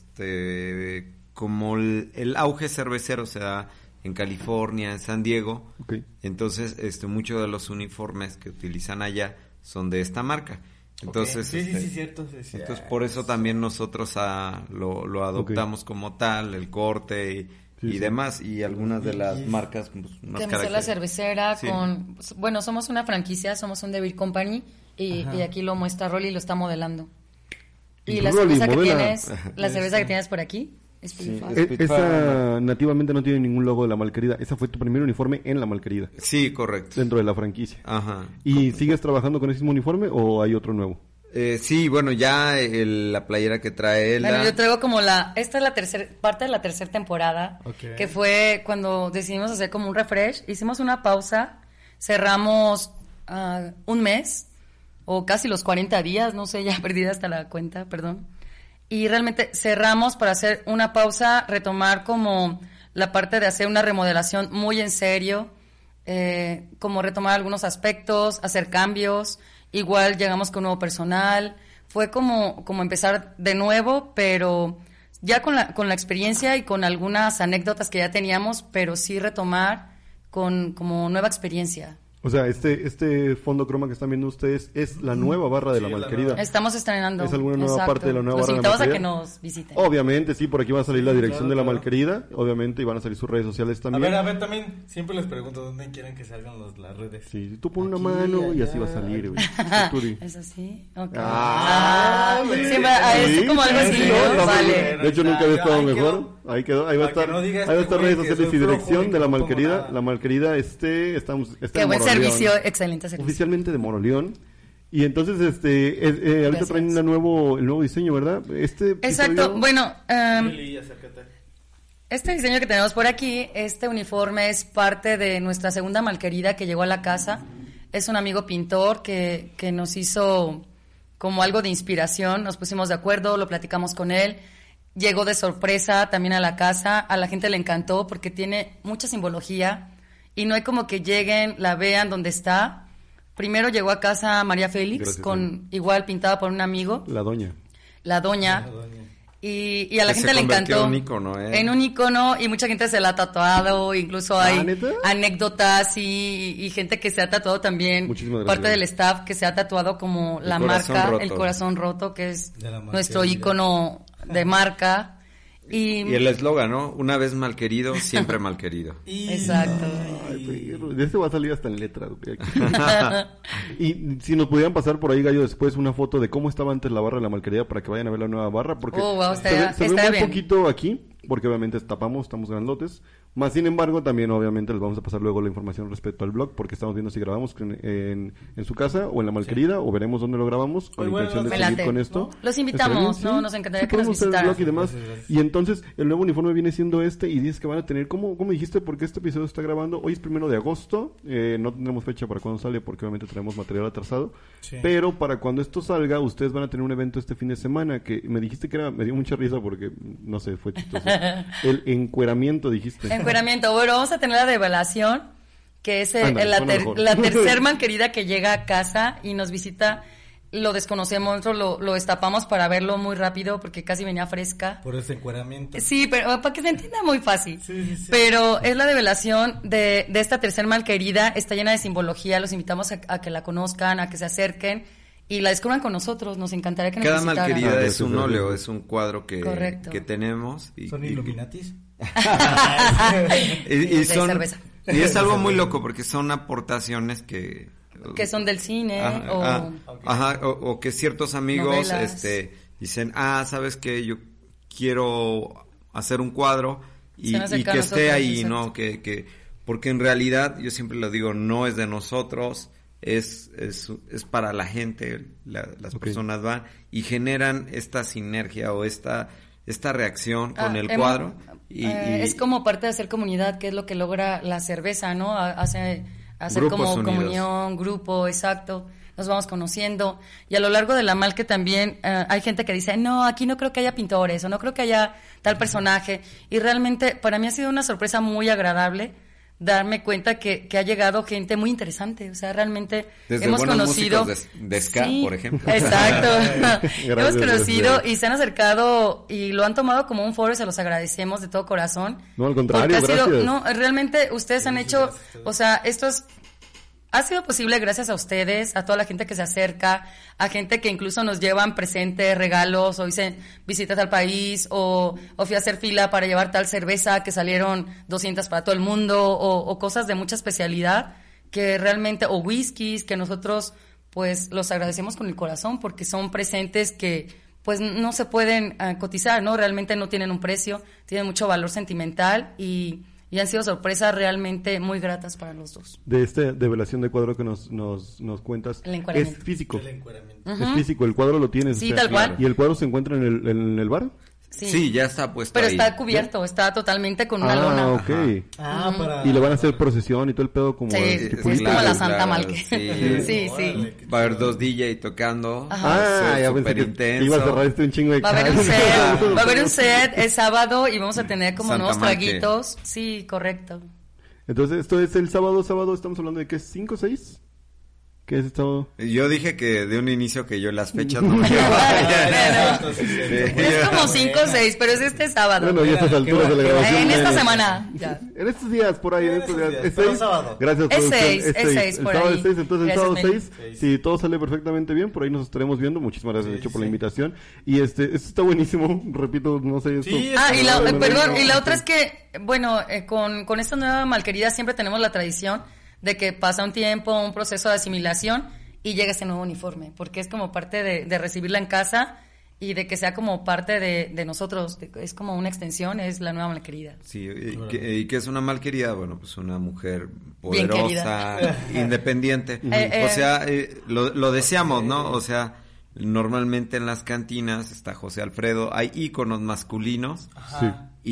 como el auge cervecero se da en California, en San Diego, Ok. entonces, muchos de los uniformes que utilizan allá son de esta marca. Entonces, Ok. Sí, cierto. Sí, sí. entonces por eso también nosotros lo adoptamos como tal, el corte Sí, y sí. demás, y algunas de las marcas, pues, unas Camisola características. cervecera Sí. con... Bueno, somos una franquicia, somos un The Beer Company y aquí lo muestra Rolly y lo está modelando. Y la Rolly, cerveza que modela. tienes, la cerveza que tienes por aquí, es Spitfire. Spitfire. Esa nativamente no tiene ningún logo de la Malquerida. Esa fue tu primer uniforme en la Malquerida, Sí, correcto. dentro de la franquicia. Ajá. ¿Y sigues trabajando con ese mismo uniforme o hay otro nuevo? Sí, bueno, ya la playera que trae él. Bueno, yo traigo como esta es la parte de la tercera temporada, Ok. que fue cuando decidimos hacer como un refresh, hicimos una pausa, cerramos un mes, o casi los 40 días, no sé, ya perdí hasta la cuenta, perdón, y realmente cerramos para hacer una pausa, retomar como la parte de hacer una remodelación muy en serio, como retomar algunos aspectos, hacer cambios. Igual llegamos con nuevo personal, fue como empezar de nuevo, pero ya con la experiencia y con algunas anécdotas que ya teníamos, pero sí retomar con como nueva experiencia. O sea, este fondo croma que están viendo ustedes es la nueva barra de la Sí, la Malquerida. Estamos estrenando. ¿Es alguna nueva Exacto. parte de la nueva Los barra de la invitamos a que Malquerida? nos visiten. Obviamente, sí, por aquí va a salir la dirección claro, de la claro. Malquerida, obviamente, y van a salir sus redes sociales A también. ver, también siempre les pregunto dónde quieren que salgan las redes. Sí, tú pon una Aquí, mano y allá. así va a salir, güey. Tú di. ¿Es así? Ok. Sí, sí, es como algo así, sí, ¿no? está muy Vale. bien. De hecho, nunca había estado Ahí mejor. quedó. Ahí quedó, ahí va a Para que estar. no diga Ahí va a este estar güey redes que sociales soy y flojo dirección y de la que no pongo Malquerida. nada. La Malquerida, está Qué en buen Moroleón. servicio, excelente servicio. Oficialmente de Moroleón. Y entonces, ahorita Gracias. traen el nuevo diseño, ¿verdad? Exacto, episodio- bueno, Lili, acércate. este diseño que tenemos por aquí, este uniforme es parte de nuestra segunda Malquerida que llegó a la casa. Es un amigo pintor que nos hizo como algo de inspiración. Nos pusimos de acuerdo, lo platicamos con él. Llegó de sorpresa también a la casa. A la gente le encantó porque tiene mucha simbología. Y no hay como que lleguen, la vean donde está. Primero llegó a casa María Félix, Gracias, con igual pintada por un amigo, La doña. la doña. Y a la Que gente se le convirtió encantó. en un ícono, ¿eh? En un icono, y mucha gente se la ha tatuado, incluso hay ¿neta? anécdotas y gente que se ha tatuado también, Muchísimas gracias. parte del staff que se ha tatuado como la corazón marca, roto. el corazón roto, que es De la marca, nuestro mira. ícono de marca. Y el eslogan, ¿no? Una vez mal querido, siempre mal querido. Exacto. Ay, perro, de este va a salir hasta en letras, güey. Y si nos pudieran pasar por ahí, Gallo, después una foto de cómo estaba antes la barra de la Malquerida para que vayan a ver la nueva barra, porque Oh, wow, se ve estaría muy bien. poquito aquí, porque obviamente tapamos, estamos grandotes, Más sin embargo, también obviamente les vamos a pasar luego la información respecto al blog, porque estamos viendo si grabamos en su casa o en La Malquerida, o veremos dónde lo grabamos, con Muy intención bueno, de seguir con esto. Los invitamos, ¿Estaría bien? nos encantaría que nos podemos hacer el visitaran. blog y demás. Gracias. Y entonces, el nuevo uniforme viene siendo y dices que van a tener, ¿cómo dijiste? Porque este episodio está grabando, hoy es 1 de agosto, no tenemos fecha para cuándo sale, porque obviamente traemos material atrasado, Sí. pero para cuando esto salga, ustedes van a tener un evento este fin de semana, que me dijiste que me dio mucha risa porque, no sé, fue chistoso. El encueramiento, dijiste. Encueramiento. Bueno, vamos a tener la develación, que es Ándale, suena mejor. la tercer malquerida que llega a casa y nos visita. Lo desconocemos, nosotros lo destapamos para verlo muy rápido porque casi venía fresca. Por ese encueramiento. Sí, pero para que se entienda muy fácil. Sí. Pero es la develación de esta tercer malquerida, está llena de simbología, los invitamos a que la conozcan, a que se acerquen y la descubran con nosotros, nos encantaría que nos Cada visitaran. malquerida Ah, es un sí, sí, óleo, sí. es un cuadro Correcto. que tenemos. ¿Son Illuminatis? y De son, cerveza. y es algo muy loco porque son aportaciones que son del cine o que ciertos amigos novelas. Dicen, ¿sabes qué? Yo quiero hacer un cuadro y Se nos acerca que a esté nosotros, ahí, exacto. ¿no? Que porque en realidad, yo siempre lo digo, no es de nosotros, es para la gente, las Ok. personas van y generan esta sinergia o esta reacción con el hemos- cuadro. Y es como parte de hacer comunidad, que es lo que logra la cerveza, ¿no? Hacer Grupos como unidos. comunión, grupo, exacto. Nos vamos conociendo. Y a lo largo de la Malque también hay gente que dice, no, aquí no creo que haya pintores o no creo que haya tal personaje. Y realmente para mí ha sido una sorpresa muy agradable darme cuenta que ha llegado gente muy interesante. O sea, realmente Desde hemos buenos conocido... músicos de ska, Sí, por ejemplo. Exacto. Hemos Gracias, conocido gracias. y se han acercado y lo han tomado como un foro y se los agradecemos de todo corazón. No, al contrario, Porque gracias. no, realmente ustedes han hecho, o sea, ha sido posible gracias a ustedes, a toda la gente que se acerca, a gente que incluso nos llevan presentes, regalos, o dicen visitas al país, o fui a hacer fila para llevar tal cerveza que salieron 200 para todo el mundo, o cosas de mucha especialidad que realmente, o whiskies que nosotros pues los agradecemos con el corazón porque son presentes que pues no se pueden cotizar, ¿no? Realmente no tienen un precio, tienen mucho valor sentimental y han sido sorpresas realmente muy gratas para los dos. De esta develación de cuadro que nos cuentas, El es encuadramiento. físico. El encuadramiento. Es físico, el cuadro lo tienes. Sí, tal cual. ¿Y el cuadro se encuentra en el bar? Sí, ya está puesto Pero ahí. está cubierto, está totalmente con una lona. Ok. Para... Y le van a hacer procesión y todo el pedo como... Sí, tipo es lista. como la Claro, Santa claro, Malque. sí. Sí, sí. Órale, qué Va a haber 2 DJ tocando. Ah, ya pensé súper que intenso. iba a cerrar un chingo de Va a haber un caras. set, va a haber un set, es sábado y vamos a tener como Santa nuevos Malque. traguitos. Sí, correcto. Entonces, esto es el sábado, estamos hablando de ¿qué es? ¿5 o 6? ¿Qué es el sábado? Yo dije que de un inicio que yo las fechas no me llevaba. Bueno, sí, Es como 5 o 6, pero es este sábado. Bueno, ya a estas Qué alturas de la bueno. grabación. En esta ya- semana, ya. En estos días, por ahí, en estos días. ¿Es pero 6? sábado. Gracias, Es producción. 6, es 6 El por sábado ahí. es 6, entonces el Gracias, sábado Meli. 6. Si todo sale perfectamente bien, por ahí nos estaremos viendo. Muchísimas gracias, de hecho, por la sí. invitación. Y esto está buenísimo. Repito, no sé esto. Sí, Y la, No, no, no, perdón, no. y la otra es que, bueno, con esta nueva malquerida siempre tenemos la tradición de que pasa un tiempo, un proceso de asimilación y llega ese nuevo uniforme, porque es como parte de recibirla en casa y de que sea como parte de nosotros, es como una extensión, es la nueva malquerida. Sí, y que es una malquerida, bueno, pues una mujer Bien poderosa, independiente. O sea, lo deseamos, ¿no? O sea, normalmente en las cantinas está José Alfredo, hay íconos masculinos Sí.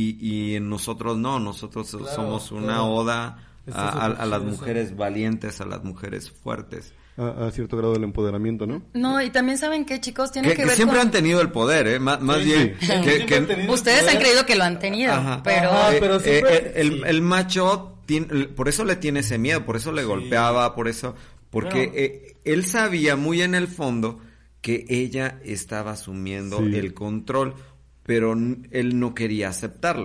y en nosotros no, nosotros Claro, somos una claro. oda Está a súper las chido, mujeres sí. valientes, a las mujeres fuertes. A cierto grado del empoderamiento, ¿no? No, y también saben que, chicos, tiene que Que ver siempre con... han tenido el poder, ¿eh? Más Sí, bien sí. que- Siempre que, han tenido Ustedes el han poder. creído que lo han tenido, Ajá. pero... Ajá. pero siempre- el sí. el macho por eso le tiene ese miedo, por eso le golpeaba, por eso, porque Claro. él sabía muy en el fondo que ella estaba asumiendo Sí. el control, pero él no quería aceptarlo.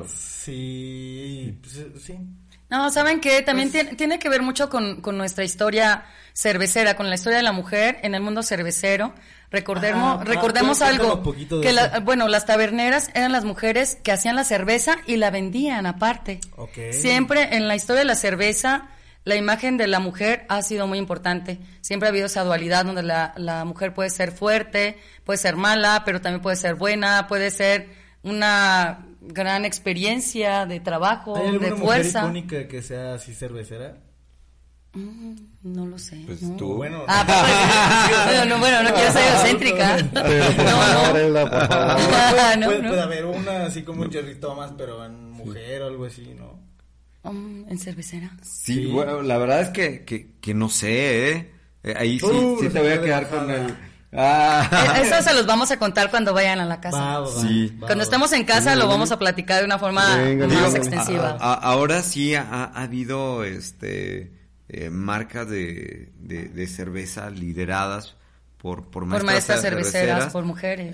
Sí, pues, sí. No, ¿saben qué? También tiene que ver mucho con nuestra historia cervecera, con la historia de la mujer en el mundo cervecero. Recordemos cuéntanos algo, un poquito de que eso. bueno, las taberneras eran las mujeres que hacían la cerveza y la vendían aparte. Ok. Siempre en la historia de la cerveza, la imagen de la mujer ha sido muy importante. Siempre ha habido esa dualidad donde la mujer puede ser fuerte, puede ser mala, pero también puede ser buena, puede ser una gran experiencia de trabajo, ¿Hay alguna de mujer fuerza. icónica que sea así cervecera? No lo sé. Pues ¿no? tú. Bueno, No quiero ser egocéntrica. Por favor. Puede haber una así como un Jerry Thomas, pero en mujer o algo así, ¿no? ¿En cervecera? Sí, Sí. bueno, la verdad es que no sé, ¿eh? Ahí sí, sí se te voy a fue de quedar con bajada. el... Ah. Eso se los vamos a contar cuando vayan a la casa. Sí. Cuando estemos en casa lo vamos a platicar de una forma Venga, más digo, extensiva. Ahora sí ha habido marcas de cerveza lideradas por maestras cerveceras, por mujeres.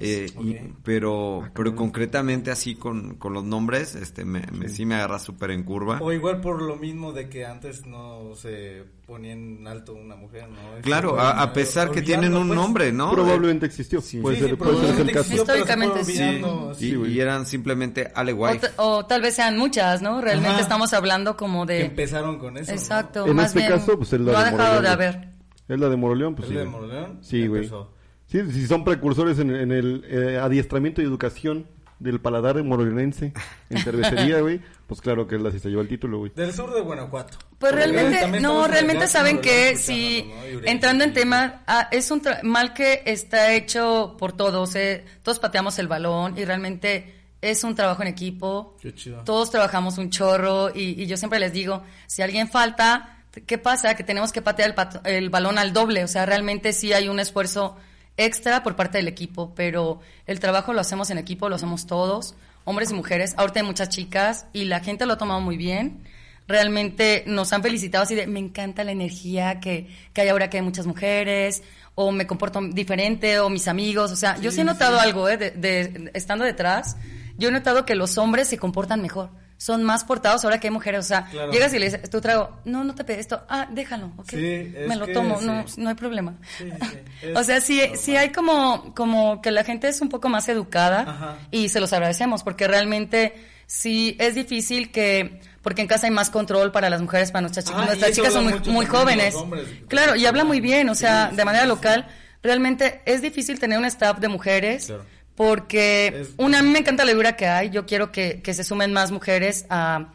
Pero concretamente así con los nombres, sí me agarra súper en curva. O igual por lo mismo de que antes no se ponía en alto una mujer, ¿no? Claro, a pesar que tienen un nombre, ¿no? Probablemente existió. Sí. Puede Sí, ser, puede ser el probablemente caso. existió, pero se fue Históricamente sí. olvidando, Sí, güey. Y eran simplemente Ale O, Wife. o tal vez sean muchas, ¿no? Realmente Ajá. estamos hablando como que de... empezaron con eso, ¿no? Exacto, En más este bien caso, pues es la no ha de dejado Moroleón, de güey. haber. Es la de Moroleón, pues ¿El sí. de güey. Moroleón? Sí, güey. Empezó. Sí, si son precursores en el adiestramiento y educación del paladar morelense en cervecería, güey, pues claro que él así se lleva el título, güey. Del sur de Guanajuato. Pues Porque realmente, también no, estamos en realmente el saben Gato, que escuchando, si, ¿no? Y Uriel. entrando en tema, es un mal que está hecho por todos, todos pateamos el balón y realmente es un trabajo en equipo, Qué chido. todos trabajamos un chorro y yo siempre les digo, si alguien falta, ¿qué pasa? Que tenemos que patear el balón al doble, o sea, realmente sí hay un esfuerzo extra por parte del equipo, pero el trabajo lo hacemos en equipo, lo hacemos todos, hombres y mujeres. Ahorita hay muchas chicas y la gente lo ha tomado muy bien. Realmente nos han felicitado así de, me encanta la energía que hay ahora que hay muchas mujeres, o me comporto diferente, o mis amigos, o sea, yo sí he notado algo, de estando detrás, yo he notado que los hombres se comportan mejor. Son más portados ahora que hay mujeres, o sea, Claro. llegas y le dices, tú trago, no te pedes esto, déjalo, ok, Sí, es me lo que tomo, sí. no hay problema. Sí, sí, O sea, sí hay como que la gente es un poco más educada. Ajá. Y se los agradecemos porque realmente sí es difícil porque en casa hay más control para las mujeres, para nuestras chicas. Ah, y Nuestras eso chicas son habla muy, mucho muy también de jóvenes. los hombres. Claro, y habla muy bien, o sea, Sí, de manera sí, local. Realmente es difícil tener un staff de mujeres. Claro. Porque a mí me encanta la vibra que hay. Yo quiero que se sumen más mujeres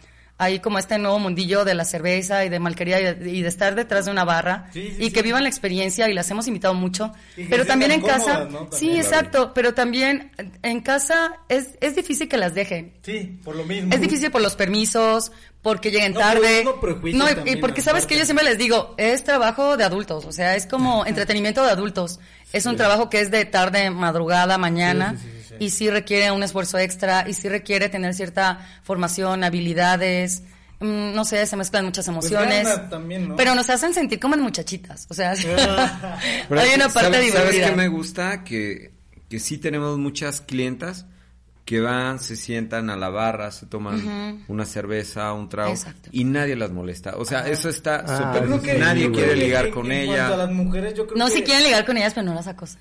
ahí como este nuevo mundillo de la cerveza y de malquería y de estar detrás de una barra y que vivan la experiencia y las hemos invitado mucho. Y que Pero se también en sientan casa, cómodas, ¿no? sí, También. exacto, pero también en casa es difícil que las dejen. Sí, por lo mismo. Es difícil por los permisos, porque lleguen No, tarde. pero uno prejuicio Y también, porque sabes que yo siempre les digo, es trabajo de adultos, o sea, es como entretenimiento de adultos. Es un trabajo que es de tarde, madrugada, mañana, Sí. y sí requiere un esfuerzo extra, y sí requiere tener cierta formación, habilidades, no sé, se mezclan muchas emociones. gana también, ¿no? Pero nos hacen sentir como en muchachitas, o sea, Pero hay una parte divertida. ¿Sabes qué me gusta? Que sí tenemos muchas clientas que van, se sientan a la barra, se toman una cerveza, un trago, Exacto. y nadie las molesta. O sea, eso está Ah, súper... creo que- nadie sí, quiere güey. ligar con En ella. cuanto a las mujeres, yo creo No, que... si quieren ligar con ellas, pero no las acosan.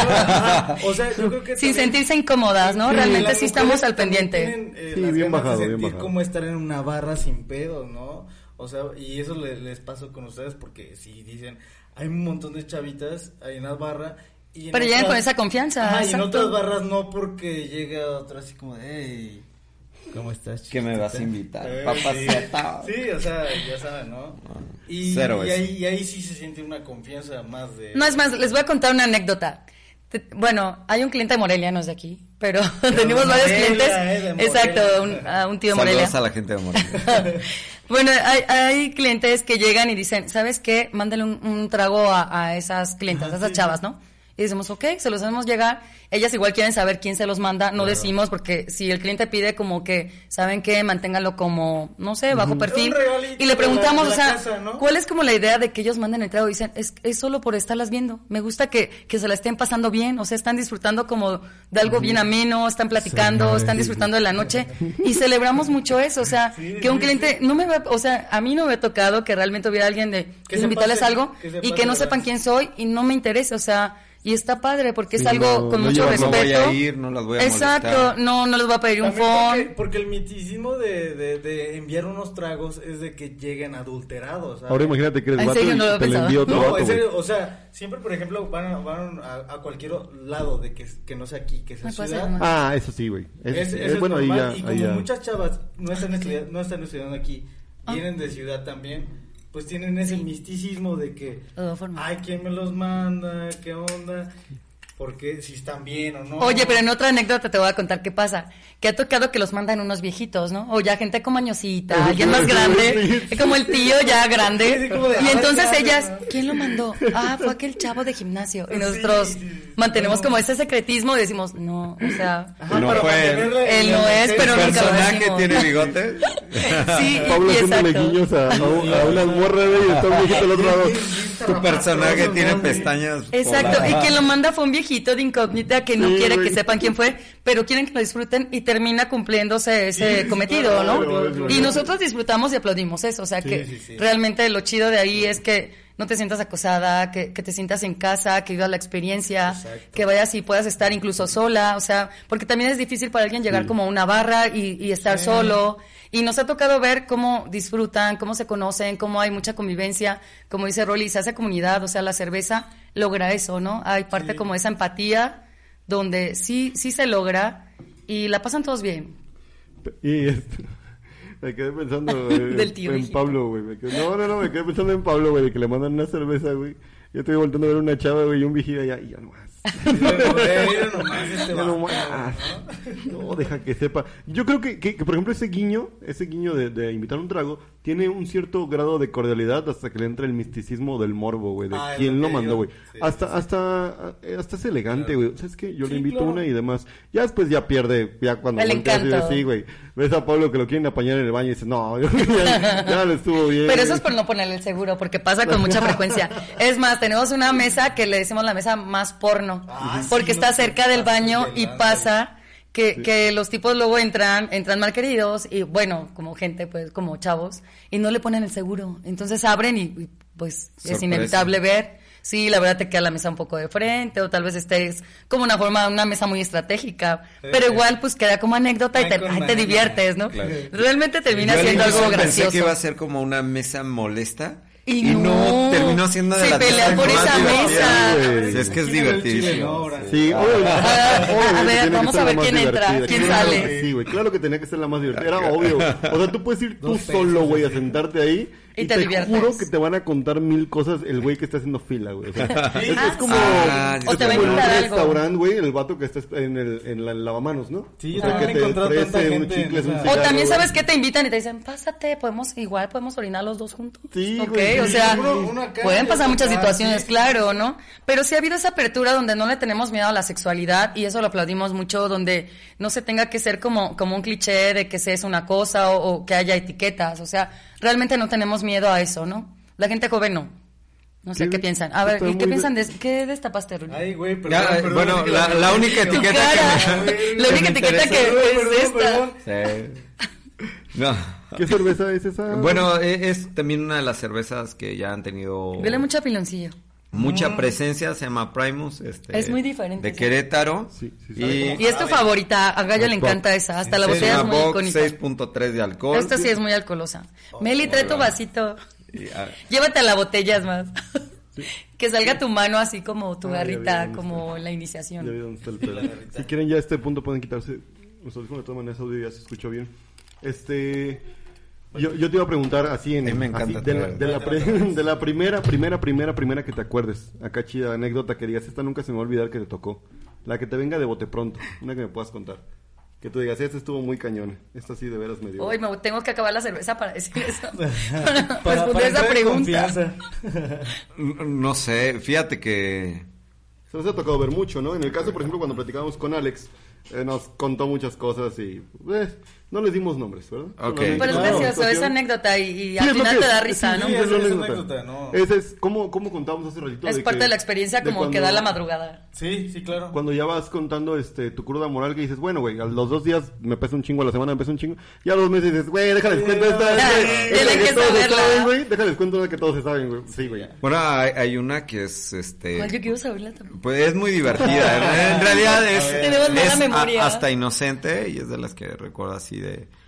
Ah. O sea, yo creo que Sin también- sentirse incómodas, ¿no? Sí, Realmente las sí estamos mujeres al también pendiente. tienen, Sí, las bien ganas bajado, de bien sentir bajado. cómo estar en una barra sin pedos, ¿no? O sea, y eso les pasó con ustedes porque si dicen, hay un montón de chavitas ahí en las barras y en Pero llegan otras- con esa confianza, Ajá, y en exacto. otras barras no, porque llega otra así como de, hey, ¿cómo estás, ¿Qué me vas a chiquitita? invitar? Papacita. Sí, o sea, ya saben, ¿no? Y, Cero y eso. ahí sí se siente una confianza más de... No, es más, les voy a contar una anécdota. Bueno, hay un cliente de Morelia, no es de aquí, pero tenemos de varios Morelia, clientes. de Morelia. Exacto, a un tío de Morelia. Saludos a la gente de Morelia. Bueno, hay clientes que llegan y dicen, ¿sabes qué? Mándale un trago a esas clientas, a esas chavas, ¿no? Y decimos, ok, se los hacemos llegar. Ellas igual quieren saber quién se los manda. No decimos porque si el cliente pide como que, ¿saben qué? Manténganlo como, no sé, bajo perfil. Un regalito Y le preguntamos, de la o sea, casa, ¿no? ¿cuál es como la idea de que ellos manden el trago? Dicen, es solo por estarlas viendo. Me gusta que se la estén pasando bien. O sea, están disfrutando como de algo bien ameno, están platicando, están disfrutando de la noche. Y celebramos mucho eso. O sea, que un cliente, o sea, a mí no me ha tocado que realmente hubiera alguien de, Que se invitarles pase, algo que se y pase que no de sepan lanza. quién soy y no me interesa. O sea, y está padre porque es Sí, algo no, con no mucho llevas- No respeto. voy a ir, no las voy a Exacto, molestar. no les va a pedir un También phone. porque el miticismo de enviar unos tragos es de que lleguen adulterados, ¿sabes? Ahora imagínate que eres ¿En vato serio? y No lo te le pensaba. envío otro No, vato, en güey. serio, o sea, siempre, por ejemplo, van a cualquier lado de que no sea aquí, que sea Me pasa ciudad. nomás. Ah, eso sí, güey. Eso es Bueno, ahí normal, ya, y como ahí ya. muchas chavas no están estudiando aquí, vienen de ciudad también, pues tienen ese misticismo de que, De todas formas. ay, ¿quién me los manda? ¿Qué onda? Porque si están bien o no. Oye, pero en otra anécdota te voy a contar qué pasa. Que ha tocado que los mandan unos viejitos, ¿no? O ya gente como añosita, alguien más grande, Sí. como el tío ya grande. Sí, sí, como de, Y "Ay, entonces ¿qué haces, ellas, no?" ¿quién lo mandó? Ah, fue aquel chavo de gimnasio. Y nosotros sí. mantenemos No. como ese secretismo y decimos, no, o sea, Ajá, No para fue él. mantenerle Él no el- es, pero ¿El nunca lo personaje decimos. tiene bigote? sí, Pablo y haciéndole exacto. guiños a unas morras, güey, y está un viejito al otro lado. Tu personaje tiene pestañas. Exacto, y quien lo manda fue un viejito de incógnita que no Sí, quiere güey. que sepan quién fue, pero quieren que lo disfruten y termina cumpliéndose ese cometido, ¿no? claro. Y nosotros disfrutamos y aplaudimos eso, o sea que sí. realmente lo chido de ahí es que no te sientas acosada, que te sientas en casa, que vivas la experiencia, Exacto. que vayas y puedas estar incluso sola, o sea, porque también es difícil para alguien llegar como a una barra y estar solo. Y nos ha tocado ver cómo disfrutan, cómo se conocen, cómo hay mucha convivencia, como dice Rolly, se hace comunidad, o sea, la cerveza logra eso, ¿no? Hay parte como esa empatía donde sí se logra y la pasan todos bien. Y me quedé pensando Del tío en viejito. Pablo, güey. Me quedé pensando en Pablo, güey, de que le mandan una cerveza, güey. Yo estoy volviendo a ver una chava, güey, y un vigía allá, y ya nomás. Mira nomás este Ya vato, nomás. ¿no? No, deja que sepa. Yo creo que, por ejemplo, ese guiño de invitar un trago, tiene un cierto grado de cordialidad hasta que le entra el misticismo del morbo, güey, de Ah, es quién lo lo que mandó, digo. güey. Sí, hasta es elegante, güey. ¿Sabes qué? Yo Sí, le invito claro. una y demás. Ya después ya pierde, ya cuando El volteas y encanto. ves, sí, güey. Ves a Pablo que lo quieren apañar en el baño y dices, no, ya le estuvo bien. Pero eso es por no ponerle el seguro, porque pasa con mucha frecuencia. Es más, tenemos una mesa que le decimos la mesa más porno, Ah, porque sí, está no, cerca del pasa baño de y lanza. pasa que los tipos luego entran malqueridos y bueno, como gente, pues como chavos, y no le ponen el seguro. Entonces abren y, pues es Sorpresa. inevitable ver. Sí, la verdad te queda la mesa un poco de frente o tal vez estés como una mesa muy estratégica, pero igual pues queda como anécdota y Ay, te, con ay, te maña. diviertes, ¿no? Claro. Realmente termina Yo al siendo inicio algo gracioso. Pensé que iba a ser como una mesa molesta. Y no, no, terminó siendo de se las pelean mesas por más esa divertidas. mesa. güey. Sí, es que es Aquí en el Chile, divertidísimo. no, ahora. Sí, a obviamente ver, tiene que vamos ser a la ver más quién entra, divertida. quién Claro sale. que sí, güey, claro que tenía que ser la más divertida, era obvio. O sea, tú puedes ir tú solo, güey, a sentarte ahí Y y te te diviertes. juro que te van a contar 1000 cosas el güey que está haciendo fila, güey. O sea, es como, Ah, o es te va a como en un invitar algo. restaurante, güey, el vato que está en la lavamanos, ¿no? Sí, o sea, también que he te encontrado tanta ofrece unos gente en chicles, un esa- O cigarro, también güey. sabes que te invitan y te dicen, pásate, podemos orinar los dos juntos. Sí, Ok, güey, o sí, sea, uno acá pueden y pasar otro muchas acá, situaciones, sí. claro, ¿no? Pero sí ha habido esa apertura donde no le tenemos miedo a la sexualidad y eso lo aplaudimos mucho, donde no se tenga que ser como un cliché de que se es una cosa o que haya etiquetas, o sea, realmente no tenemos miedo a eso, ¿no? La gente joven no. No sé Sí, qué piensan. A ver, está ¿y qué muy piensan qué destapaste, Ruli? Ay, güey, perdón, Ya, perdón, bueno, es que la única Tu etiqueta cara, que la única me etiqueta que interesa. es esta. Sí. No. ¿Qué cerveza es esa? Bueno, es también una de las cervezas que ya han tenido Huele mucho a piloncillo. mucha presencia, se llama Primus, Es muy diferente, de sí. Querétaro. Sí, sí, sí. Y es tu favorita, a Gallo le encanta esa, hasta la Es botella es una muy Bock icónica. 6.3 de alcohol. Esta sí es muy alcoholosa. Meli, trae tu vasito. Y, ah, Llévate a la botella, es más. Que salga tu mano así como tu Ah, ya garrita, vi, como la Ya vi iniciación. dónde está el pedo. Si quieren ya a este punto pueden quitarse los audífonos, de todas maneras audio ya se escuchó bien. Yo te iba a preguntar así A mí me encanta así, traer. de la primera que te acuerdes. Acá chida anécdota que digas, esta nunca se me va a olvidar que te tocó. La que te venga de bote pronto, una que me puedas contar. Que tú digas, esta estuvo muy cañona. Esta sí de veras me dio. Hoy me tengo que acabar la cerveza para decir eso. Para Para responder esa entrar en pregunta. confianza. no sé, fíjate que Se nos ha tocado ver mucho, ¿no? En el caso, por ejemplo, cuando platicábamos con Alex, nos contó muchas cosas y No les dimos nombres, ¿verdad? Ok. Pero es Claro, gracioso, esa anécdota y al es lo final que te da es. risa, Sí, ¿no? sí, es la una anécdota. anécdota, ¿no? Ese es como contábamos hace ratito. Es parte que- de la experiencia como cuando- que da la madrugada. Sí, sí, claro. Cuando ya vas contando tu cruda moral que dices, bueno, güey, a los 2 días me pesa un chingo, a la semana me pesa un chingo, ya a los meses dices, güey, déjales cuento esta, güey, Tienen que todos se saberla. saben, güey, déjales cuento de que todos se saben, güey, sí, güey. Bueno, hay una que es, ¿Cuál? Yo quiero saberla también. pues es muy divertida. En realidad Tenemos mala es memoria. hasta inocente y es de las que recuerdo así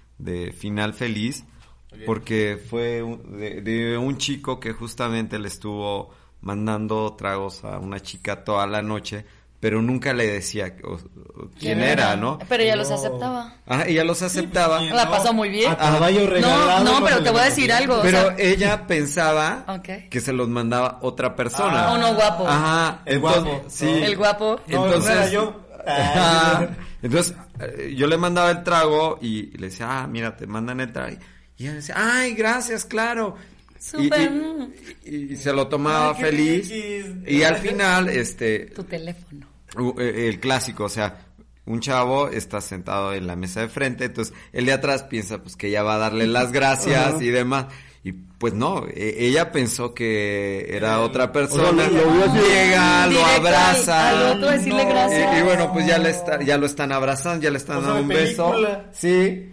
de final feliz. Porque fue de un chico que justamente le estuvo mandando tragos a una chica toda la noche, pero nunca le decía quién era, ¿no? Pero ella los aceptaba. Ajá, ella los aceptaba. Sí, La pasó muy bien. A caballo regalado. No, pero se te le voy a decir conocía. algo. o Pero sea, ella pensaba Ok. que se los mandaba otra persona. Ah, uno guapo. Ajá. El entonces, guapo. Sí. el guapo. No, Entonces, no era yo. Ajá. Entonces, yo le mandaba el trago y le decía, mira, te mandan el trago. Y ella decía, ay, gracias, claro. Súper. Y se lo tomaba Ay, qué feliz. riquis. Y al final, Tu teléfono. el clásico, o sea, un chavo está sentado en la mesa de frente, entonces el de atrás piensa pues que ella va a darle las gracias y demás. Y pues no, ella pensó que era otra persona. lo vio así. Llega, lo Directo abraza. al otro decirle gracias. Y bueno, pues ya lo están abrazando, ya le están O sea, dando un de beso. película. Sí.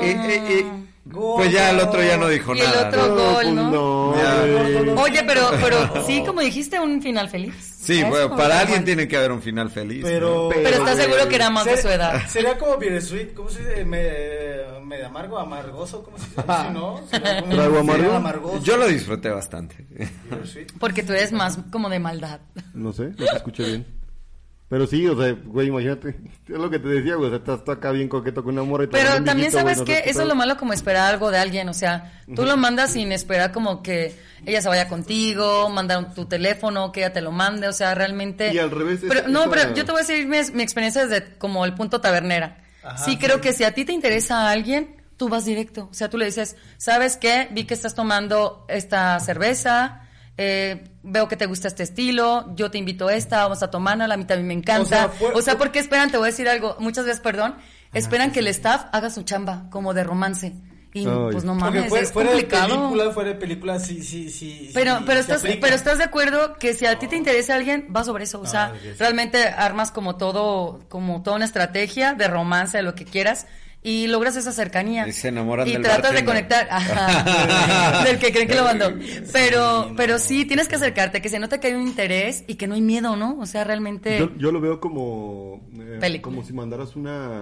Gol. Pues ya el otro ya no dijo Y el nada. otro- ¿no? gol, pues ¿no? no, Ya. güey. Oye, pero sí, como dijiste, un final feliz. Sí, Es bueno, como para que alguien bueno. tiene que haber un final feliz. Pero... Pero estás güey, seguro que era más de su edad. Sería como Bittersweet, ¿cómo se dice? Medio amargo, amargoso, ¿cómo se dice? ¿Sí, no? Sería como- ¿Trago amargo? sería amargoso. Yo lo disfruté bastante. Bittersweet. Porque tú eres más como de maldad. No sé, no te escuché bien. Pero sí, o sea, güey, imagínate, es lo que te decía, güey, o sea, estás tú acá bien coqueto con una morra y te Pero mandan un también viejito, sabes güey, no que sé qué eso es pedo. lo malo como esperar algo de alguien, o sea, tú lo mandas sin esperar como que ella se vaya contigo, mandar tu teléfono, que ella te lo mande, o sea, realmente... Y al revés, Pero, no, esa- pero yo te voy a decir mi experiencia desde como el punto tabernera. Ajá, sí, sí. creo que si a ti te interesa a alguien, tú vas directo, o sea, tú le dices, ¿sabes qué? Vi que estás tomando esta cerveza, veo que te gusta este estilo, yo te invito a esta, vamos a tomarla, a mí también me encanta. O sea, ¿Por qué esperan? Te voy a decir algo, muchas veces, perdón, esperan que el staff haga su chamba, como de romance. Y Ay. pues no Porque mames, es fuera complicado. fuera de película, sí. Pero se aplica. estás de acuerdo que si a ti te interesa alguien, va sobre eso. O sea, ok, sí. realmente armas como toda una estrategia de romance, de lo que quieras, y logras esa cercanía. Y se enamoran y del tratas de bartender. conectar, ajá, del que creen que lo mandó. Pero sí, tienes que acercarte, que se nota que hay un interés y que no hay miedo, ¿no? O sea, realmente... Yo lo veo como Película. como si mandaras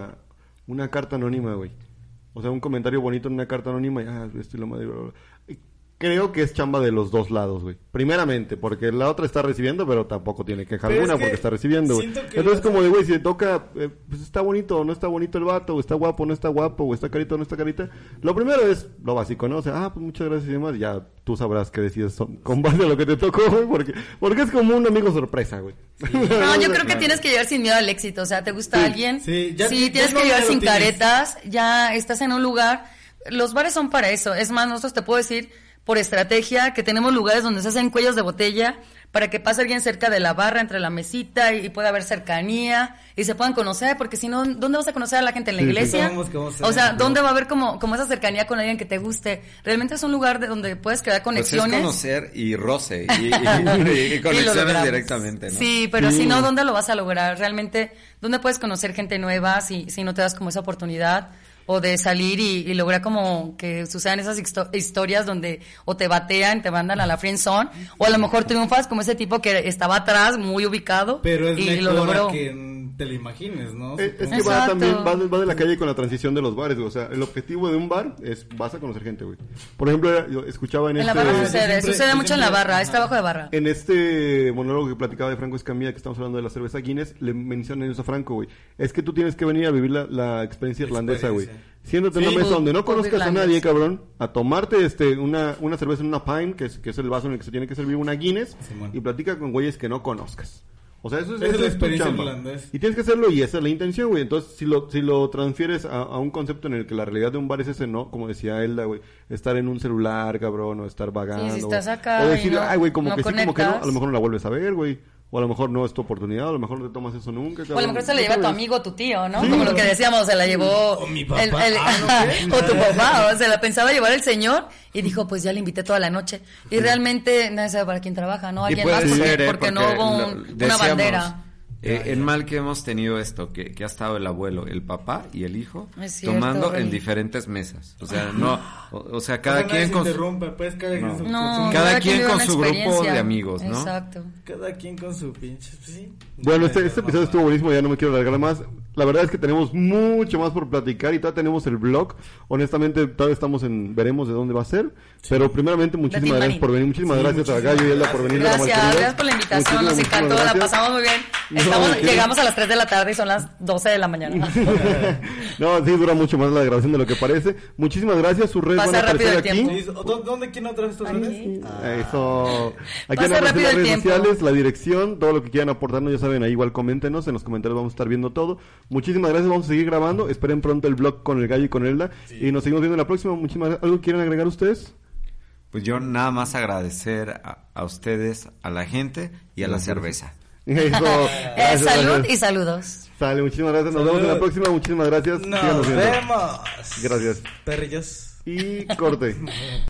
una carta anónima, güey. O sea, un comentario bonito en una carta anónima y, esto y lo madre, bla, bla, bla. Y creo que es chamba de los dos lados, güey. Primeramente, porque la otra está recibiendo, pero tampoco tiene queja Pero es alguna que porque está recibiendo, güey. siento que Entonces, los- como de, güey, si te toca, pues está bonito o no está bonito el vato, o está guapo o no está guapo, o está carita o no está carita. Lo primero es lo básico, ¿no? O sea, pues muchas gracias y demás. Ya tú sabrás qué decides con base a lo que te tocó, güey, porque es como un amigo sorpresa, güey. No, yo creo que tienes que llegar sin miedo al éxito. O sea, ¿te gusta Sí, alguien? sí, ya- tienes ya que no llegar lo sin tienes. caretas. Ya estás en un lugar. Los bares son para eso. Es más, nosotros te puedo decir por estrategia que tenemos lugares donde se hacen cuellos de botella para que pase alguien cerca de la barra, entre la mesita y pueda haber cercanía y se puedan conocer. Porque si no, ¿dónde vas a conocer a la gente? ¿En la Sí, sí. iglesia? Sabemos que vamos a O sea, hacer, ¿dónde ¿no? va a haber como esa cercanía con alguien que te guste? Realmente es un lugar donde puedes crear Pues es conexiones. conocer y roce y Y lo conexiones logramos. directamente, ¿no? Sí, pero si no, ¿dónde lo vas a lograr? Realmente, ¿dónde puedes conocer gente nueva si no te das como esa oportunidad? O de salir y lograr como que sucedan esas historias donde o te batean, te mandan a la friendzone, o a lo mejor triunfas como ese tipo que estaba atrás, muy ubicado, Pero es y lo mejor logró. a que te lo imagines, ¿no? Es que Exacto. va también, va de la calle con la transición de los bares, güey. O sea, el objetivo de un bar es, vas a conocer gente, güey. Por ejemplo, yo escuchaba en En la este... barra yo sucede siempre- mucho en la barra, está abajo de barra. En este monólogo que platicaba de Franco Escamilla, que estamos hablando de la cerveza Guinness, le mencionan eso a Franco, güey. Es que tú tienes que venir a vivir la experiencia irlandesa, güey. Siéndote en Sí. una mesa donde no Pub conozcas a irlandés. nadie, cabrón, a tomarte una cerveza en una pint, que es el vaso en el que se tiene que servir una Guinness, Simón. y platica con güeyes que no conozcas. O sea, eso es Esa es la tu experiencia chamba. irlandés. Y tienes que hacerlo y esa es la intención, güey. Entonces, si lo transfieres a un concepto en el que la realidad de un bar es ese, ¿no? Como decía Elda, güey, estar en un celular, cabrón, o estar vagando. Sí, si estás acá o y decir, no- ay, güey, como no que sí, como que no, conectas. a lo mejor no la vuelves a ver, güey. o a lo mejor no es tu oportunidad, a lo mejor no te tomas eso nunca. O a lo mejor se la lleva tu amigo, tu tío, ¿no? Sí. Como lo que decíamos, se la llevó... O mi papá. O tu papá, o se la pensaba llevar el señor y dijo, pues ya le invité toda la noche. Y realmente nadie sabe para quién trabaja, ¿no? Alguien más, porque no hubo una bandera. En mal que hemos tenido esto, que ha estado el abuelo, el papá y el hijo Es cierto, tomando Rey. en diferentes mesas. O sea, no, o sea, cada quien con pues, cada quien vive con una su grupo experiencia. de amigos, ¿no? Exacto. Cada quien con su pinche, pues, sí. Bueno, este episodio estuvo buenísimo, ya no me quiero alargar más. La verdad es que tenemos mucho más por platicar y todavía tenemos el blog. Honestamente, todavía estamos veremos de dónde va a ser. Pero primeramente, muchísimas gracias por venir. Muchísimas gracias a Gallo y Elda por venir. Gracias por la invitación, nos encantó, la pasamos muy bien. Llegamos a las 3 de la tarde y son las 12 de la mañana. No, sí, dura mucho más la grabación de lo que parece. Muchísimas gracias, sus redes van a aparecer aquí. ¿Dónde quién otra vez estas redes? Eso. Aquí Pasa van a aparecer rápido las el redes tiempo. sociales, la dirección, todo lo que quieran aportarnos, ya saben, ahí igual coméntenos, en los comentarios vamos a estar viendo todo. Muchísimas gracias, vamos a seguir grabando. Esperen pronto el blog con el Gallo y con Elda. Y nos seguimos viendo en la próxima. Muchísimas gracias. ¿Algo quieren agregar ustedes? Pues yo nada más agradecer a ustedes, a la gente y a la cerveza. Eso. Gracias, Salud gracias. y saludos. Sale, muchísimas gracias. Nos vemos en la próxima. Muchísimas gracias. Síganos Nos viendo. vemos. Gracias. Perrillos. Y corte.